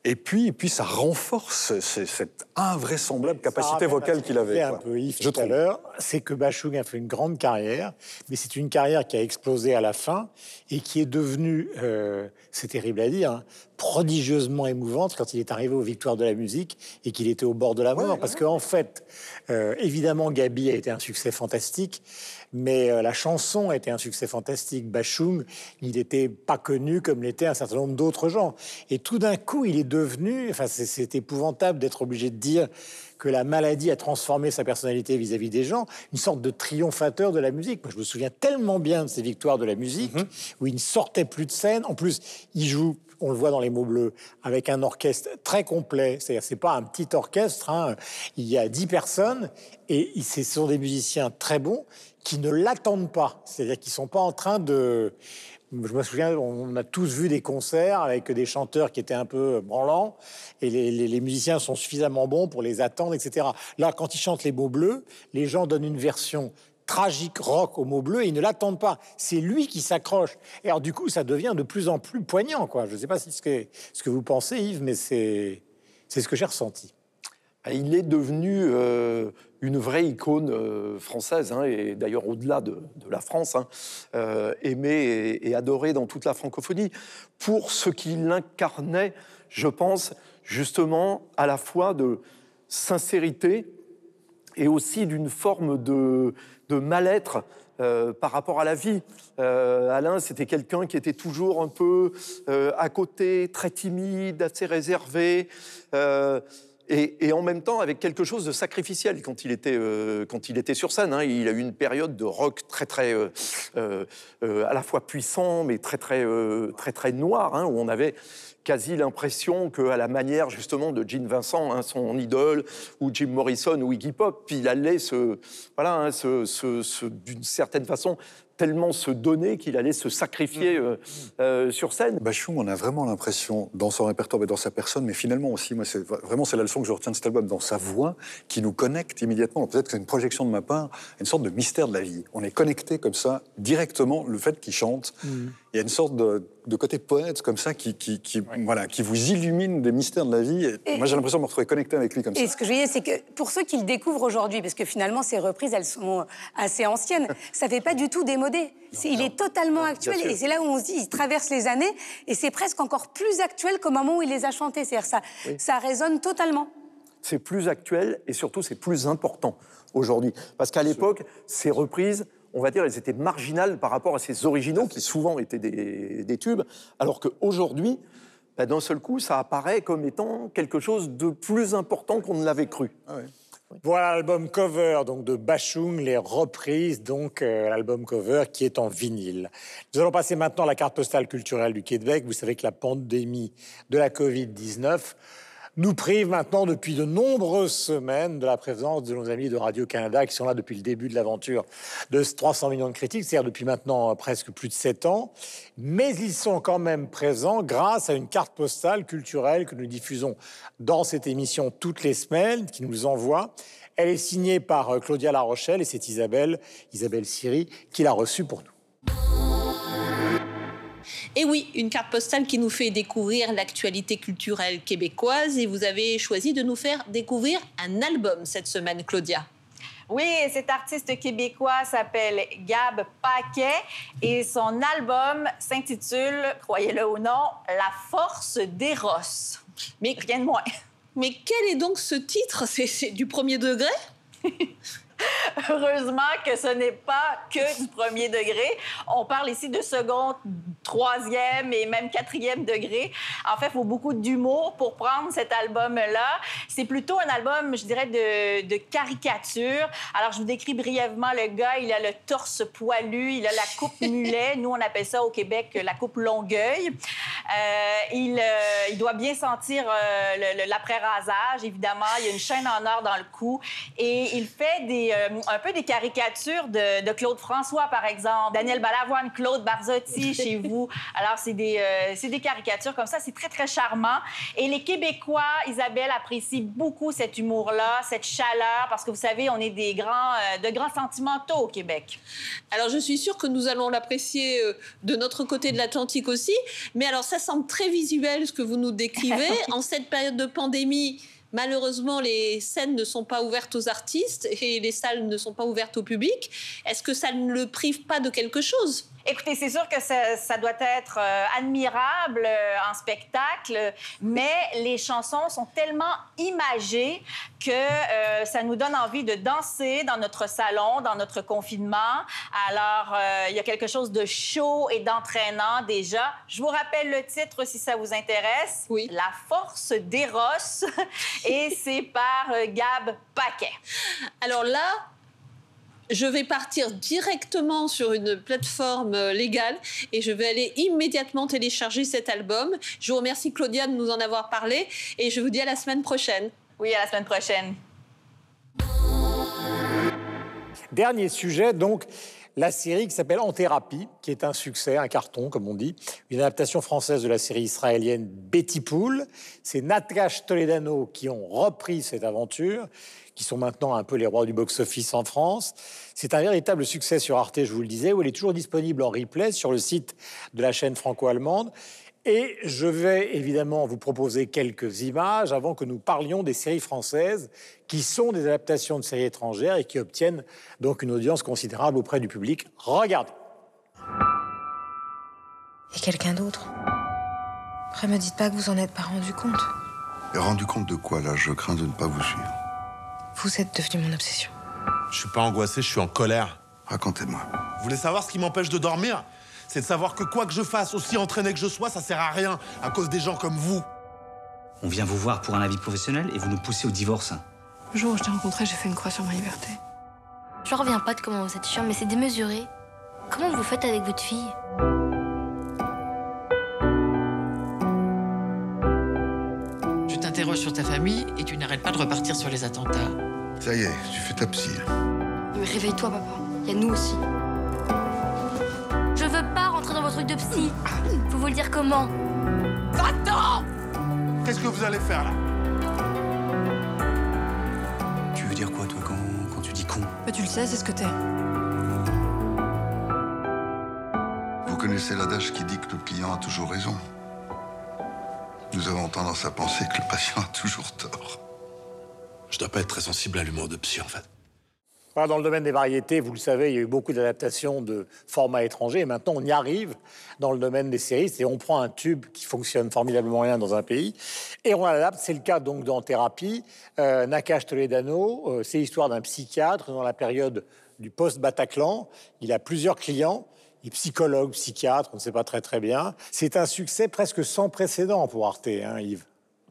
Et puis, et puis ça renforce c- cette invraisemblable capacité vocale qu'il avait. Un quoi. peu Yves Je tout à trouve. l'heure, c'est que Bashung a fait une grande carrière, mais c'est une carrière qui a explosé à la fin et qui est devenue, euh, c'est terrible à dire, hein, prodigieusement émouvante quand il est arrivé aux Victoires de la musique et qu'il était au bord de la mort. Ouais, parce ouais. qu'en fait, euh, évidemment, Gabi a été un succès fantastique, mais euh, la chanson a été un succès fantastique. Bashung, il n'était pas connu comme l'étaient un certain nombre d'autres gens. Et tout d'un coup, il est devenu, enfin, c'est, c'est épouvantable d'être obligé de dire que la maladie a transformé sa personnalité vis-à-vis des gens, une sorte de triomphateur de la musique. Moi, je me souviens tellement bien de ces victoires de la musique, où il ne sortait plus de scène. En plus, il joue, on le voit dans Les Mots Bleus, avec un orchestre très complet. C'est-à-dire, c'est pas un petit orchestre, hein. Il y a dix personnes, et ils- ce sont des musiciens très bons qui ne l'attendent pas. C'est-à-dire qu'ils sont pas en train de... Je me souviens, on a tous vu des concerts avec des chanteurs qui étaient un peu branlants, et les, les- les musiciens sont suffisamment bons pour les attendre, et cetera. Là, quand ils chantent Les Mots Bleus, les gens donnent une version tragique rock aux mots bleus et ils ne l'attendent pas. C'est lui qui s'accroche. Et alors, du coup, ça devient de plus en plus poignant, quoi. Je ne sais pas si ce que, ce que vous pensez, Yves, mais c'est, c'est ce que j'ai ressenti. Il est devenu euh, une vraie icône euh, française, hein, et d'ailleurs au-delà de, de la France, hein, euh, aimé et, et adoré dans toute la francophonie, pour ce qu'il incarnait, je pense, justement, à la fois de sincérité et aussi d'une forme de, de mal-être euh, par rapport à la vie. Euh, Alain, c'était quelqu'un qui était toujours un peu euh, à côté, très timide, assez réservé, euh, et, et en même temps avec quelque chose de sacrificiel quand il était, euh, quand il était sur scène. Hein. Il a eu une période de rock très, très, euh, euh, euh, à la fois puissant, mais très, très, euh, très, très noir, hein, où on avait quasi l'impression qu'à la manière justement de Gene Vincent, hein, son idole, ou Jim Morrison ou Iggy Pop, il allait se, voilà, hein, se, se, se, d'une certaine façon tellement se donner qu'il allait se sacrifier euh, euh, sur scène. Bashung, on a vraiment l'impression, dans son répertoire et dans sa personne, mais finalement aussi, moi, c'est vraiment c'est la leçon que je retiens de cet album, dans sa voix, qui nous connecte immédiatement. Peut-être que c'est une projection de ma part, une sorte de mystère de la vie. On est connecté comme ça, directement, le fait qu'il chante. Mm. Il y a une sorte de, de côté poète comme ça qui, qui, qui, oui. voilà, qui vous illumine des mystères de la vie. Et, et moi, j'ai l'impression de me retrouver connecté avec lui comme ça. Et ce que je veux dire, c'est que pour ceux qui le découvrent aujourd'hui, parce que finalement, ces reprises, elles sont assez anciennes, ça fait pas du tout démodé. C'est, il est totalement non, actuel. Et c'est là où on se dit, il traverse les années, et c'est presque encore plus actuel qu'au moment où il les a chantés. C'est-à-dire ça, oui. ça résonne totalement. C'est plus actuel, et surtout, c'est plus important aujourd'hui. Parce qu'à l'époque, ces reprises, on va dire, elles étaient marginales par rapport à ces originaux qui souvent étaient des, des tubes, alors qu'aujourd'hui, ben, d'un seul coup, ça apparaît comme étant quelque chose de plus important qu'on ne l'avait cru. Ah oui. Voilà l'album cover donc de Bashung, les reprises, donc euh, l'album cover qui est en vinyle. Nous allons passer maintenant à la carte postale culturelle du Québec. Vous savez que la pandémie de la covid dix-neuf nous prive maintenant depuis de nombreuses semaines de la présence de nos amis de Radio-Canada qui sont là depuis le début de l'aventure de trois cents millions de critiques, c'est-à-dire depuis maintenant presque plus de sept ans. Mais ils sont quand même présents grâce à une carte postale culturelle que nous diffusons dans cette émission toutes les semaines, qui nous envoie. Elle est signée par Claudia La Rochelle et c'est Isabelle, Isabelle Siri qui l'a reçue pour nous. Et oui, une carte postale qui nous fait découvrir l'actualité culturelle québécoise. Et vous avez choisi de nous faire découvrir un album cette semaine, Claudia. Oui, cet artiste québécois s'appelle Gab Paquet et son album s'intitule, croyez-le ou non, La force d'Eros. Mais rien de moins. Mais quel est donc ce titre? C'est, c'est du premier degré? Heureusement que ce n'est pas que du premier degré. On parle ici de second, troisième et même quatrième degré. En fait, il faut beaucoup d'humour pour prendre cet album-là. C'est plutôt un album, je dirais, de, de caricature. Alors, je vous décris brièvement le gars. Il a le torse poilu, il a la coupe mulet. Nous, on appelle ça au Québec la coupe Longueuil. Euh, il, euh, il doit bien sentir euh, le, le, l'après-rasage, évidemment. Il y a une chaîne en or dans le cou. Et il fait des Euh, un peu des caricatures de, de Claude François, par exemple. Daniel Balavoine, Claude Barzotti, chez vous. vous. Alors, c'est des, euh, c'est des caricatures comme ça. C'est très, très charmant. Et les Québécois, Isabelle, apprécient beaucoup cet humour-là, cette chaleur, parce que vous savez, on est des grands, euh, de grands sentimentaux au Québec. Alors, je suis sûre que nous allons l'apprécier euh, de notre côté de l'Atlantique aussi. Mais alors, ça semble très visuel, ce que vous nous décrivez. En cette période de pandémie, malheureusement, les scènes ne sont pas ouvertes aux artistes et les salles ne sont pas ouvertes au public. Est-ce que ça ne le prive pas de quelque chose ? Écoutez, c'est sûr que ça, ça doit être euh, admirable euh, en spectacle, mais les chansons sont tellement imagées que euh, ça nous donne envie de danser dans notre salon, dans notre confinement. Alors, euh, il y a quelque chose de chaud et d'entraînant déjà. Je vous rappelle le titre si ça vous intéresse. Oui. La force d'Eros. Et c'est par euh, Gab Paquet. Alors là, je vais partir directement sur une plateforme légale et je vais aller immédiatement télécharger cet album. Je vous remercie, Claudia, de nous en avoir parlé et je vous dis à la semaine prochaine. Oui, à la semaine prochaine. Dernier sujet, donc, la série qui s'appelle En thérapie, qui est un succès, un carton, comme on dit. Une adaptation française de la série israélienne Betty Pool. C'est Nakash Toledano qui ont repris cette aventure, qui sont maintenant un peu les rois du box-office en France. C'est un véritable succès sur Arte, je vous le disais, où elle est toujours disponible en replay sur le site de la chaîne franco-allemande. Et je vais évidemment vous proposer quelques images avant que nous parlions des séries françaises qui sont des adaptations de séries étrangères et qui obtiennent donc une audience considérable auprès du public. Regardez. Et quelqu'un d'autre. Après, me dites pas que vous en êtes pas rendu compte. Et rendu compte de quoi, là? Je crains de ne pas vous suivre. Vous êtes devenu mon obsession. Je suis pas angoissé, je suis en colère. Racontez-moi. Vous voulez savoir ce qui m'empêche de dormir? C'est de savoir que quoi que je fasse, aussi entraîné que je sois, ça sert à rien à cause des gens comme vous. On vient vous voir pour un avis professionnel et vous nous poussez au divorce. Le jour où je t'ai rencontré, j'ai fait une croix sur ma liberté. Je reviens pas de comment vous êtes chiant, mais c'est démesuré. Comment vous faites avec votre fille? Tu t'interroges sur ta famille et tu n'arrêtes pas de repartir sur les attentats. Ça y est, tu fais ta psy. Mais réveille-toi, papa. Il y a nous aussi. Je veux pas rentrer dans vos trucs de psy. Faut vous le dire comment? Va-t'en! Qu'est-ce que vous allez faire, là? Tu veux dire quoi, toi, quand, quand tu dis con? Bah, tu le sais, c'est ce que t'es. Vous connaissez l'adage qui dit que le client a toujours raison. Nous avons tendance à penser que le patient a toujours tort. Je dois pas être très sensible à l'humour de psy, en fait. Voilà, dans le domaine des variétés, vous le savez, il y a eu beaucoup d'adaptations de formats étrangers. Et maintenant, on y arrive dans le domaine des séries. C'est on prend un tube qui fonctionne formidablement bien dans un pays et on l'adapte. C'est le cas donc dans Thérapie. Euh, Nakash Toledano, euh, c'est l'histoire d'un psychiatre dans la période du post-Bataclan. Il a plusieurs clients. Il est psychologue, psychiatre, on ne sait pas très très bien. C'est un succès presque sans précédent pour Arte, hein, Yves.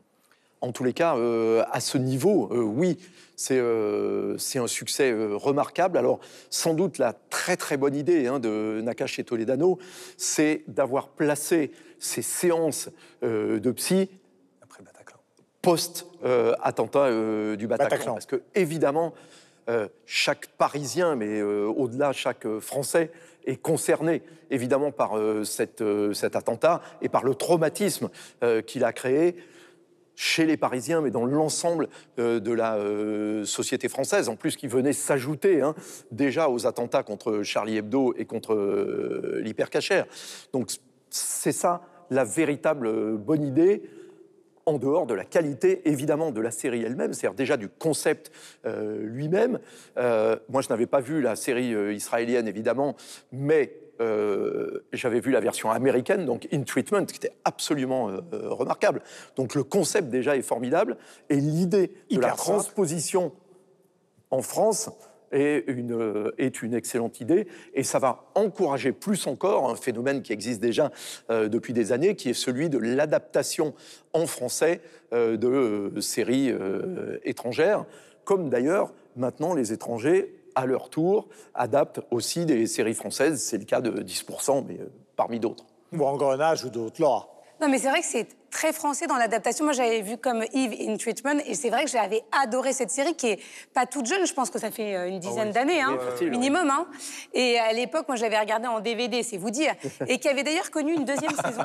En tous les cas, euh, à ce niveau, euh, oui, c'est euh, c'est un succès euh, remarquable. Alors, sans doute, la très très bonne idée hein, de Nakash et Toledano, c'est d'avoir placé ces séances euh, de psy après Bataclan, post-attentat euh, du Bataclan. Bataclan. Parce que, évidemment, euh, chaque Parisien, mais euh, au-delà, chaque euh, Français, est concerné, évidemment, par euh, cette, euh, cet attentat et par le traumatisme euh, qu'il a créé chez les Parisiens, mais dans l'ensemble euh, de la euh, société française, en plus qui venait s'ajouter hein, déjà aux attentats contre Charlie Hebdo et contre euh, l'hypercacher. Donc c'est ça la véritable euh, bonne idée, en dehors de la qualité, évidemment, de la série elle-même, c'est-à-dire déjà du concept euh, lui-même. Euh, moi, je n'avais pas vu la série euh, israélienne, évidemment, mais Euh, j'avais vu la version américaine, donc In Treatment, qui était absolument euh, remarquable. Donc le concept déjà est formidable, et l'idée de Hyper la transposition en France est une, euh, est une excellente idée, et ça va encourager plus encore un phénomène qui existe déjà euh, depuis des années, qui est celui de l'adaptation en français euh, de euh, séries euh, étrangères, comme d'ailleurs maintenant les étrangers à leur tour, adaptent aussi des séries françaises. C'est le cas de dix pour cent, mais euh, parmi d'autres. Ou Engrenage ou d'autres, Laura. Non, mais c'est vrai que c'est très français dans l'adaptation. Moi, j'avais vu comme Eve in Treatment, et c'est vrai que j'avais adoré cette série, qui est pas toute jeune, je pense que ça fait une dizaine oh oui. d'années, hein, oui, facile, minimum. Hein. Et à l'époque, moi, je l'avais regardé en D V D, c'est vous dire, et qui avait d'ailleurs connu une deuxième saison.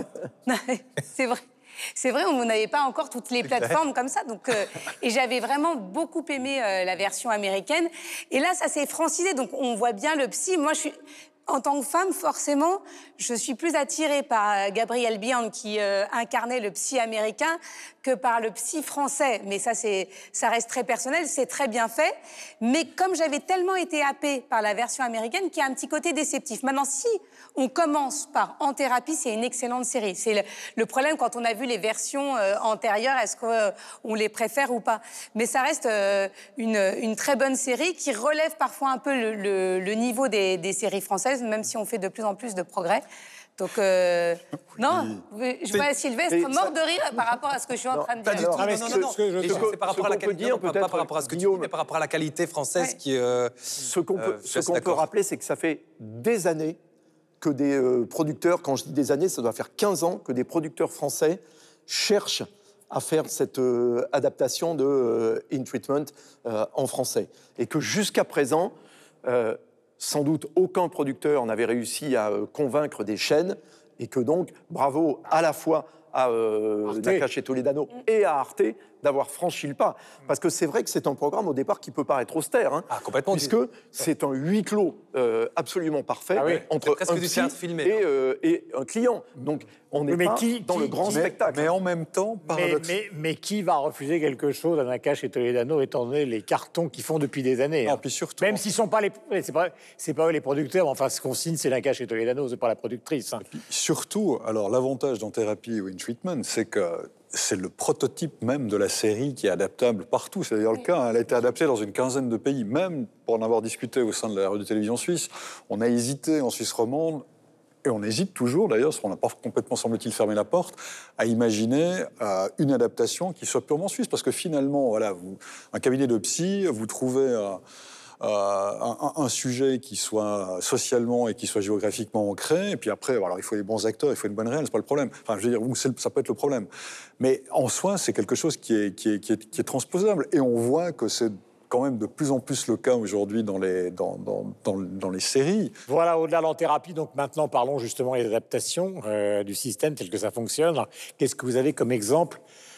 C'est vrai. C'est vrai, on n'avait pas encore toutes les plateformes comme ça. Donc, euh, et j'avais vraiment beaucoup aimé euh, la version américaine. Et là, ça s'est francisé. Donc, on voit bien le psy. Moi, je suis... En tant que femme, forcément, je suis plus attirée par Gabriel Byrne, qui euh, incarnait le psy américain, que par le psy français. Mais ça, c'est, ça reste très personnel, c'est très bien fait. Mais comme j'avais tellement été happée par la version américaine, qu'il y a un petit côté déceptif. Maintenant, si on commence par En thérapie, c'est une excellente série. C'est le, le problème quand on a vu les versions euh, antérieures, est-ce qu'on euh, les préfère ou pas? Mais ça reste euh, une, une très bonne série qui relève parfois un peu le, le, le niveau des, des séries françaises, même si on fait de plus en plus de progrès. Donc, euh, non, je vois Sylvestre mort de rire par rapport à ce que je suis en non, train de pas dire. Pas du tout, non, non, non. non. Ce que, c'est par rapport à la qualité, dire, pas, pas par rapport à ce que tu dis, mais par rapport à la qualité française ouais. qui... Euh, ce qu'on peut, euh, ce qu'on peut rappeler, c'est que ça fait des années que des euh, producteurs, quand je dis des années, ça doit faire quinze ans, que des producteurs français cherchent à faire cette euh, adaptation de euh, In Treatment euh, en français. Et que jusqu'à présent... Euh, sans doute aucun producteur n'avait réussi à euh, convaincre des chaînes, et que donc, bravo à la fois à euh, Nakache et Toledano et à Arte d'avoir franchi le pas. Parce que c'est vrai que c'est un programme au départ qui peut paraître austère, hein, ah, complètement puisque du... c'est un huis clos euh, absolument parfait ah oui. entre un du théâtre filmé, et, euh, et un client. Donc on n'est pas qui, dans qui, le grand mais, spectacle. Mais en même temps, paradoxe... mais, mais, mais qui va refuser quelque chose à Nakache et Toledano, étant donné les cartons qu'ils font depuis des années, non, hein. Puis surtout, même s'ils ne sont pas les... C'est pas, c'est pas eux les producteurs, mais enfin, ce qu'on signe, c'est Nakache et Toledano, c'est pas la productrice. Hein. Et puis, surtout, alors l'avantage d'En thérapie ou In Treatment, c'est que c'est le prototype même de la série qui est adaptable partout. C'est d'ailleurs le cas. Elle a été adaptée dans une quinzaine de pays. Même pour en avoir discuté au sein de la radio-télévision suisse, on a hésité en Suisse romande, et on hésite toujours d'ailleurs, parce qu'on n'a pas complètement, semble-t-il, fermé la porte, à imaginer euh, une adaptation qui soit purement suisse. Parce que finalement, voilà, vous, un cabinet de psy, vous trouvez... Euh, Euh, un, un sujet qui soit socialement et qui soit géographiquement ancré, et puis après, alors il faut les bons acteurs, il faut une bonne réelle, c'est pas le problème. Enfin, je veux dire, ça peut être le problème. Mais en soi, c'est quelque chose qui est, qui est, qui est, qui est transposable, et on voit que c'est quand même de plus en plus le cas aujourd'hui dans les, dans, dans, dans, dans les séries. Voilà, au-delà de l'en thérapie, donc maintenant parlons justement des adaptations euh, du système tel que ça fonctionne. Qu'est-ce que vous avez comme exemple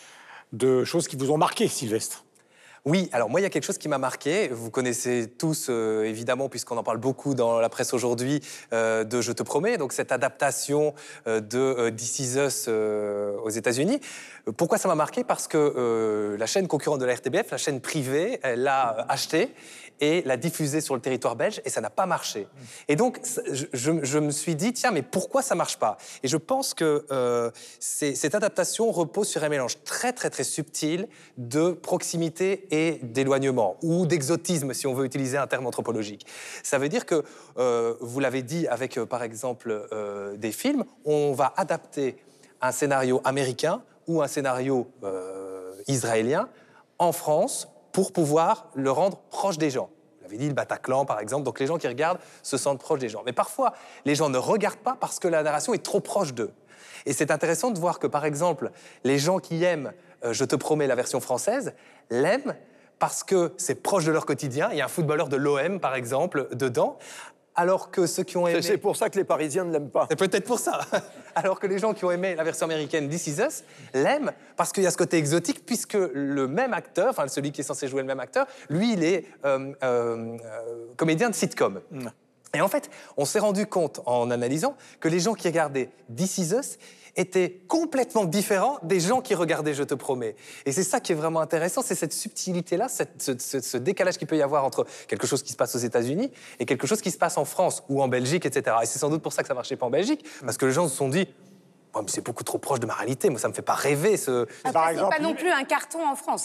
de choses qui vous ont marqué, Sylvestre ? Oui, alors moi, il y a quelque chose qui m'a marqué. Vous connaissez tous, euh, évidemment, puisqu'on en parle beaucoup dans la presse aujourd'hui, euh, de Je te promets, donc cette adaptation euh, de euh, This Is Us euh, aux États-Unis. Pourquoi ça m'a marqué? Parce que euh, la chaîne concurrente de la R T B F, la chaîne privée, elle l'a achetée et l'a diffusée sur le territoire belge, et ça n'a pas marché. Et donc, je, je, je me suis dit, tiens, mais pourquoi ça marche pas? Et je pense que euh, cette adaptation repose sur un mélange très, très, très subtil de proximité et d'éloignement, ou d'exotisme, si on veut utiliser un terme anthropologique. Ça veut dire que, euh, vous l'avez dit avec, euh, par exemple, euh, des films, on va adapter un scénario américain ou un scénario euh, israélien en France pour pouvoir le rendre proche des gens. Vous l'avez dit, le Bataclan, par exemple, donc les gens qui regardent se sentent proches des gens. Mais parfois, les gens ne regardent pas parce que la narration est trop proche d'eux. Et c'est intéressant de voir que, par exemple, les gens qui aiment euh, Je te promets, la version française, l'aiment parce que c'est proche de leur quotidien. Il y a un footballeur de l'O M, par exemple, dedans. Alors que ceux qui ont aimé... C'est pour ça que les Parisiens ne l'aiment pas. C'est peut-être pour ça. Alors que les gens qui ont aimé la version américaine This Is Us l'aiment parce qu'il y a ce côté exotique, puisque le même acteur, enfin celui qui est censé jouer le même acteur, lui, il est euh, euh, euh, comédien de sitcom. Mm. Et en fait, on s'est rendu compte, en analysant, que les gens qui regardaient This Is Us étaient complètement différents des gens qui regardaient Je te promets. Et c'est ça qui est vraiment intéressant, c'est cette subtilité-là, cette, ce, ce, ce décalage qu'il peut y avoir entre quelque chose qui se passe aux États-Unis et quelque chose qui se passe en France ou en Belgique, et cetera. Et c'est sans doute pour ça que ça ne marchait pas en Belgique, parce que les gens se sont dit oh, mais c'est beaucoup trop proche de ma réalité, moi ça me fait pas rêver. Ce... Après, par exemple, c'est pas non plus un carton en France, hein.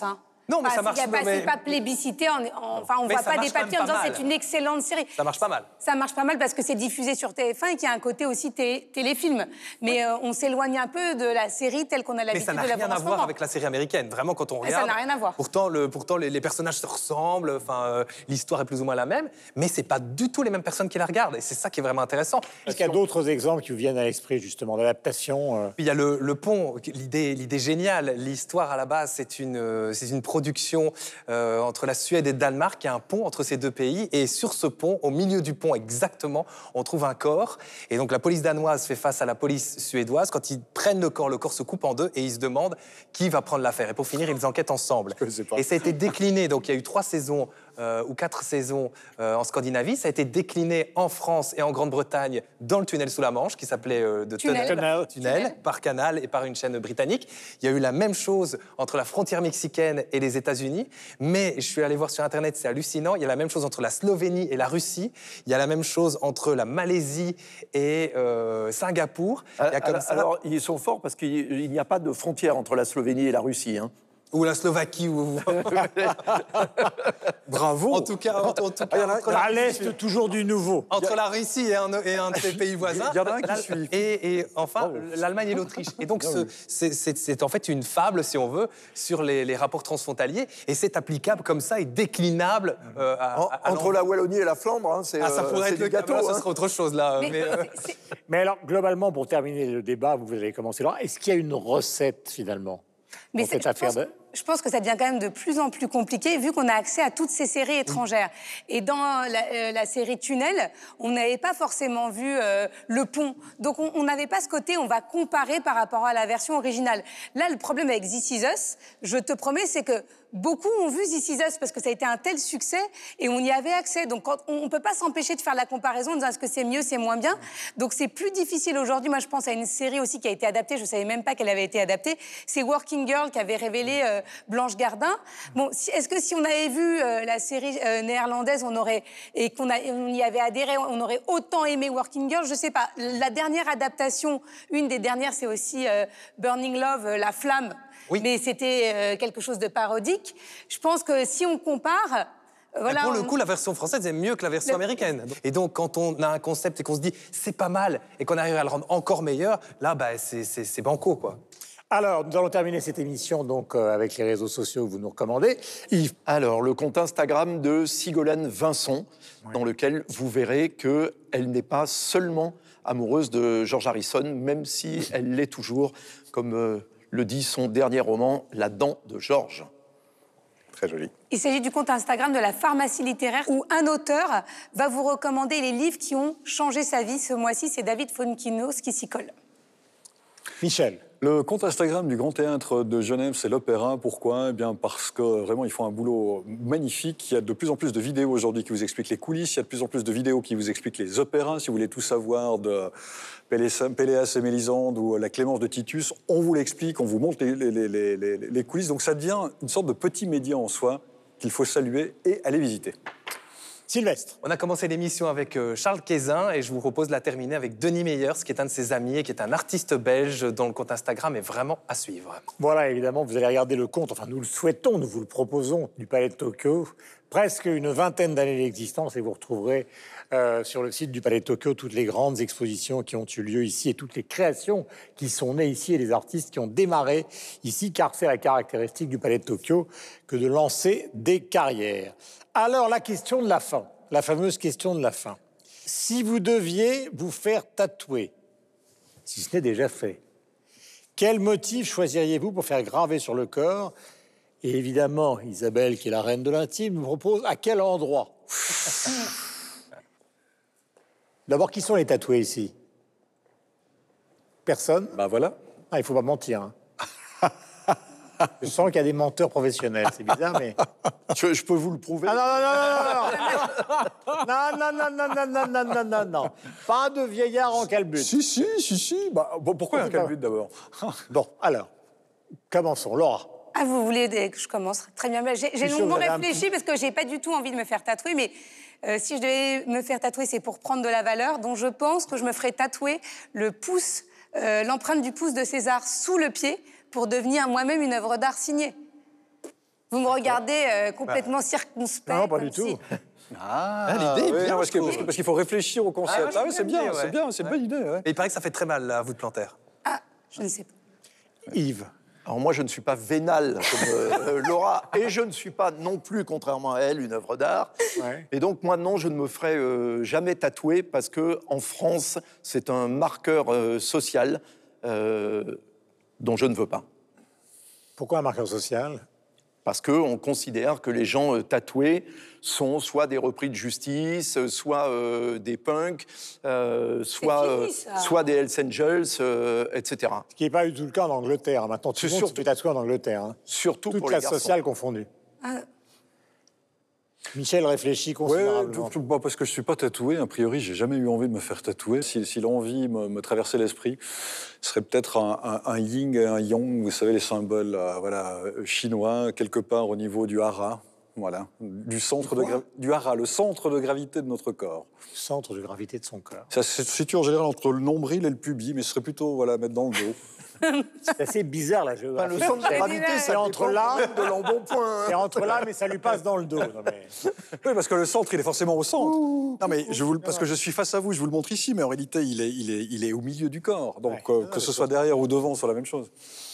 Non, mais Enfin, ça marche c'est pas, mais... c'est pas plébiscité. En, en- enfin, on Mais voit ça pas marche des quand papiers en même pas disant mal. c'est une excellente série. Ça marche pas mal. Ça marche pas mal parce que c'est diffusé sur T F un et qu'il y a un côté aussi té- téléfilm. Mais euh, on s'éloigne un peu de la série telle qu'on a Mais l'habitude ça de n'a la rien voir en à ce voir moment. avec la série américaine. Vraiment, quand on Et ça regarde... n'a rien à voir. Pourtant, le, pourtant les, les personnages se ressemblent, enfin, euh, l'histoire est plus ou moins la même, mais c'est pas du tout les mêmes personnes qui la regardent. Et c'est ça qui est vraiment intéressant. Est-ce qu'il y a d'autres exemples qui vous viennent à l'esprit, justement, d'adaptation euh... Puis il y a le, le pont, l'idée, l'idée géniale. L'histoire, à la base, c'est une, euh, c'est une production euh, entre la Suède et le Danemark. Il y a un pont entre ces deux pays. Et sur ce pont, au milieu du pont exactement, on trouve un corps. Et donc la police danoise fait face à la police suédoise. Quand ils prennent le corps, le corps se coupe en deux et ils se demandent qui va prendre l'affaire. Et pour finir, ils enquêtent ensemble. Et ça a été décliné. Donc il y a eu trois saisons euh, ou quatre saisons euh, en Scandinavie. Ça a été décliné en France et en Grande-Bretagne dans le tunnel sous la Manche, qui s'appelait euh, de Tunnel. Tunnel, Tunnel. Tunnel, par Canal et par une chaîne britannique. Il y a eu la même chose entre la frontière mexicaine et les États-Unis. Mais je suis allé voir sur Internet, c'est hallucinant. Il y a la même chose entre la Slovénie et la Russie. Il y a la même chose entre la Malaisie et euh, Singapour. Il y a comme alors, ça... alors, ils sont forts parce qu'il n'y a pas de frontière entre la Slovénie et la Russie. Hein. Ou la Slovaquie. Ou... Bravo. En tout cas, en, en tout cas Ah, y en a- entre la à l'Est, toujours du nouveau. Entre la Russie et un, et un de ses pays voisins. Il y en a un qui l'Al- suit. Et, et enfin, Bravo. l'Allemagne et l'Autriche. Et donc, ce- c'est- c'est c'est en fait une fable, si on veut, sur les, les rapports transfrontaliers. Et c'est applicable comme ça et déclinable euh, à, En- à- à entre l'envers. la Wallonie et la Flandre, hein, c'est Ah, ça euh, pourrait c'est être du le gâteau. gâteau, hein. ce serait autre chose, là. Mais- mais, euh, Mais alors, globalement, pour terminer le débat, vous avez commencé là, est-ce qu'il y a une recette, finalement, Mais dans c'est- cette je affaire pense, de... je pense que ça devient quand même de plus en plus compliqué vu qu'on a accès à toutes ces séries étrangères. Et dans la, euh, la série Tunnel, on n'avait pas forcément vu euh, le pont. Donc on on n'avait pas ce côté, on va comparer par rapport à la version originale. Là, le problème avec This Is Us, je te promets, c'est que beaucoup ont vu This Is Us parce que ça a été un tel succès et on y avait accès. Donc quand, on ne peut pas s'empêcher de faire la comparaison en disant est-ce que c'est mieux, c'est moins bien. Donc c'est plus difficile aujourd'hui. Moi, je pense à une série aussi qui a été adaptée. Je ne savais même pas qu'elle avait été adaptée. C'est Working Girl qui avait révélé euh, Blanche Gardin. Bon, si, est-ce que si on avait vu euh, la série euh, néerlandaise, on aurait et qu'on a- on y avait adhéré, on aurait autant aimé Working Girl? Je sais pas. La dernière adaptation, une des dernières, c'est aussi euh, Burning Love, euh, La Flamme. Oui. Mais c'était euh, quelque chose de parodique. Je pense que si on compare, euh, voilà. pour le on- coup, la version française est mieux que la version Le- américaine. Et donc, quand on a un concept et qu'on se dit c'est pas mal et qu'on arrive à le rendre encore meilleur, là, bah, c'est- c'est c'est banco, quoi. Alors, nous allons terminer cette émission donc euh, avec les réseaux sociaux que vous nous recommandez. Yves, Alors, le compte Instagram de Sigolène Vincent, dans lequel vous verrez qu'elle n'est pas seulement amoureuse de George Harrison, même si elle l'est toujours, comme euh, le dit son dernier roman, La dent de George. Très joli. Il s'agit du compte Instagram de la pharmacie littéraire où un auteur va vous recommander les livres qui ont changé sa vie. Ce mois-ci, c'est David Fonkinos qui s'y colle. Michel. Le compte Instagram du Grand Théâtre de Genève, c'est l'Opéra. Pourquoi? Eh bien, parce que vraiment, ils font un boulot magnifique. Il y a de plus en plus de vidéos aujourd'hui qui vous expliquent les coulisses. Il y a de plus en plus de vidéos qui vous expliquent les opéras. Si vous voulez tout savoir de Péléas Péléas et Mélisande ou La Clémence de Titus, on vous l'explique, on vous montre les, les, les, les, les- les coulisses. Donc ça devient une sorte de petit média en soi qu'il faut saluer et aller visiter. Sylvestre. On a commencé l'émission avec euh, Charles Quézin et je vous propose de la terminer avec Denis Meyers, qui est un de ses amis et qui est un artiste belge dont le compte Instagram est vraiment à suivre. Voilà, évidemment, vous allez regarder le compte, enfin nous le souhaitons, nous vous le proposons, du Palais de Tokyo. Presque une vingtaine d'années d'existence et vous retrouverez euh, sur le site du Palais de Tokyo toutes les grandes expositions qui ont eu lieu ici et toutes les créations qui sont nées ici et les artistes qui ont démarré ici, car c'est la caractéristique du Palais de Tokyo que de lancer des carrières. Alors, la question de la fin, la fameuse question de la fin. Si vous deviez vous faire tatouer, si ce n'est déjà fait, quel motif choisiriez-vous pour faire graver sur le corps? Et évidemment, Isabelle, qui est la reine de l'intime, nous propose à quel endroit? D'abord, qui sont les tatoués ici? Personne? Ben voilà. Ah, il faut pas mentir. hein. Je sens qu'il y a des menteurs professionnels. C'est bizarre, mais... Je, je peux vous le prouver. Ah non, non, non, non, non, non, non, non, non, non, non, non, non. Pas de vieillard en calbut. Si, si, si, si. Bah, bon, pourquoi un calbut d'abord? Bon, alors, commençons. Laura. Ah, vous voulez que je commence? Très bien. J'ai j'ai Je suis sûr longuement que vous avez un réfléchi parce que j'ai pas du tout envie de me faire tatouer, mais euh, si je devais me faire tatouer, c'est pour prendre de la valeur. Donc je pense que je me ferais tatouer le pouce, euh, l'empreinte du pouce de César sous le pied pour devenir moi-même une œuvre d'art signée. Vous me regardez euh, complètement circonspect. Non, pas comme du tout. si- Ah, l'idée est oui, bien, non, parce je que- trouve. parce que- parce qu'il faut réfléchir au concept. Ah, ouais, Ah, oui, j'aime c'est bien, l'idée, c'est ouais. bien, c'est une bonne idée. ouais. Et il paraît que ça fait très mal, la voûte plantaire. Ah, je ne sais pas. Yves. Alors moi, je ne suis pas vénal comme euh, Laura, et je ne suis pas non plus, contrairement à elle, une œuvre d'art. Ouais. Et donc, moi, non, je ne me ferai euh, jamais tatouer parce que en France, c'est un marqueur euh, social euh, dont je ne veux pas. Pourquoi un marqueur social? Parce qu'on considère que les gens euh, tatoués sont soit des repris de justice, euh, soit euh, des punks, euh, soit, fini, euh, ça. soit des Hells Angels, euh, et cetera. Ce qui n'est pas du tout le cas en Angleterre. hein. Maintenant, tout le C'est monde se surtout- fait tatouer en Angleterre. hein. Surtout Toute pour les classe garçons. sociale confondue. Ah, Michel réfléchit Ouais, considérablement. tout- tout- bah, parce que je suis pas tatoué. A priori, j'ai jamais eu envie de me faire tatouer. Si, si l'envie me, me traversait l'esprit, ce serait peut-être un, un, un yin et un yang. Vous savez, les symboles euh, voilà, euh, chinois, quelque part au niveau du hara. Voilà, du centre de gra- du hara, le centre de gravité de notre corps. Centre de gravité de son corps. Ça se situe en général entre le nombril et le pubis, mais ce serait plutôt voilà, mettre dans le dos. C'est assez bizarre la Enfin, géographie. le centre de gravité, c'est ça entre dépend là, de l'embonpoint. c'est entre là, mais ça lui passe dans le dos. Non, mais... Oui, parce que le centre, il est forcément au centre. Non, mais je vous, le- parce que je suis face à vous, je vous le montre ici, mais en réalité, il est, il est, il est au milieu du corps. Donc, Ouais. euh, que ce soit derrière ou devant, c'est la même chose.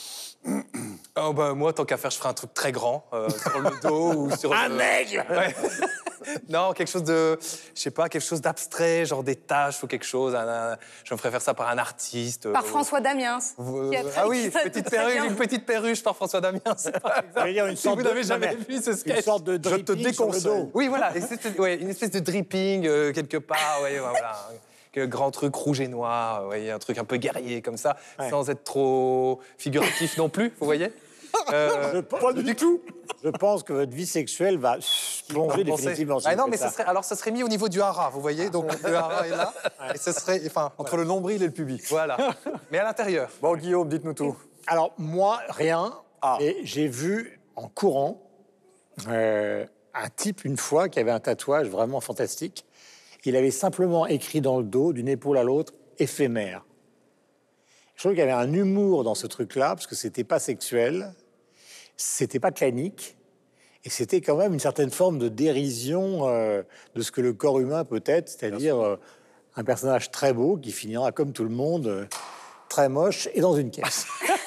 Oh, bah, moi, tant qu'à faire, je ferai un truc très grand euh, sur le dos ou sur Un le... aigle Ouais. Non, quelque chose de, je sais pas, quelque chose d'abstrait, genre des taches ou quelque chose. un- un- je me ferais faire ça par un artiste. par euh, François Damiens. vous- qui a ah oui, traduit ça petite très perruche, bien. une petite perruche par François Damiens. par exemple. Ça veut dire une Si sorte vous de- n'avez jamais non, mais vu ce sketch. Une sorte de Je te dripping sur le déconseille. dos. Oui, voilà, et c'était- ouais, une espèce de dripping euh, quelque part, ouais, voilà. Que grand truc rouge et noir, ouais, un truc un peu guerrier comme ça, Ouais. sans être trop figuratif non plus, vous voyez. Euh, Je, pas du tout. Je pense que votre vie sexuelle va plonger Pensez- définitivement. si Ah vous non, faites mais ça. ce serait, alors ça serait mis au niveau du hara, vous voyez, donc le hara est là, et ce serait, enfin, Entre le nombril et le pubis. voilà. Mais à l'intérieur. Bon, Guillaume, dites-nous tout. Alors, moi, rien. Ah. Et j'ai vu en courant euh, un type, une fois, qui avait un tatouage vraiment fantastique. Il avait simplement écrit dans le dos, d'une épaule à l'autre, éphémère. Je trouve qu'il y avait un humour dans ce truc-là, parce que c'était pas sexuel, c'était pas clanique, et c'était quand même une certaine forme de dérision euh, de ce que le corps humain peut être, c'est-à-dire euh, un personnage très beau qui finira comme tout le monde, euh, très moche et dans une caisse.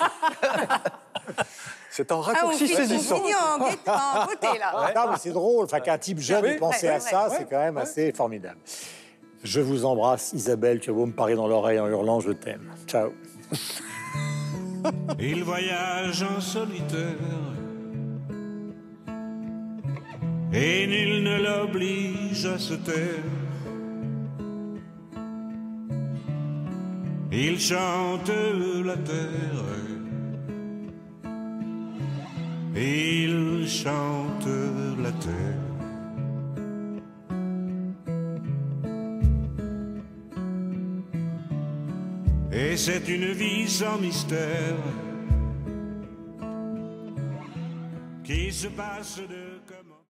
C'est un Ah, on raccourci finit, on saisissant. finit en, guet- en beauté, là. Non, mais c'est drôle. Enfin, qu'un type jeune Oui, ait pensé ouais, à ouais, ça, ouais. c'est quand même assez formidable. Je vous embrasse, Isabelle. Tu vas beau me parler dans l'oreille en hurlant, je t'aime. Ciao. Il voyage en solitaire et nul ne l'oblige à se taire. Il chante la terre, il chante la terre. Et c'est une vie sans mystère qui se passe de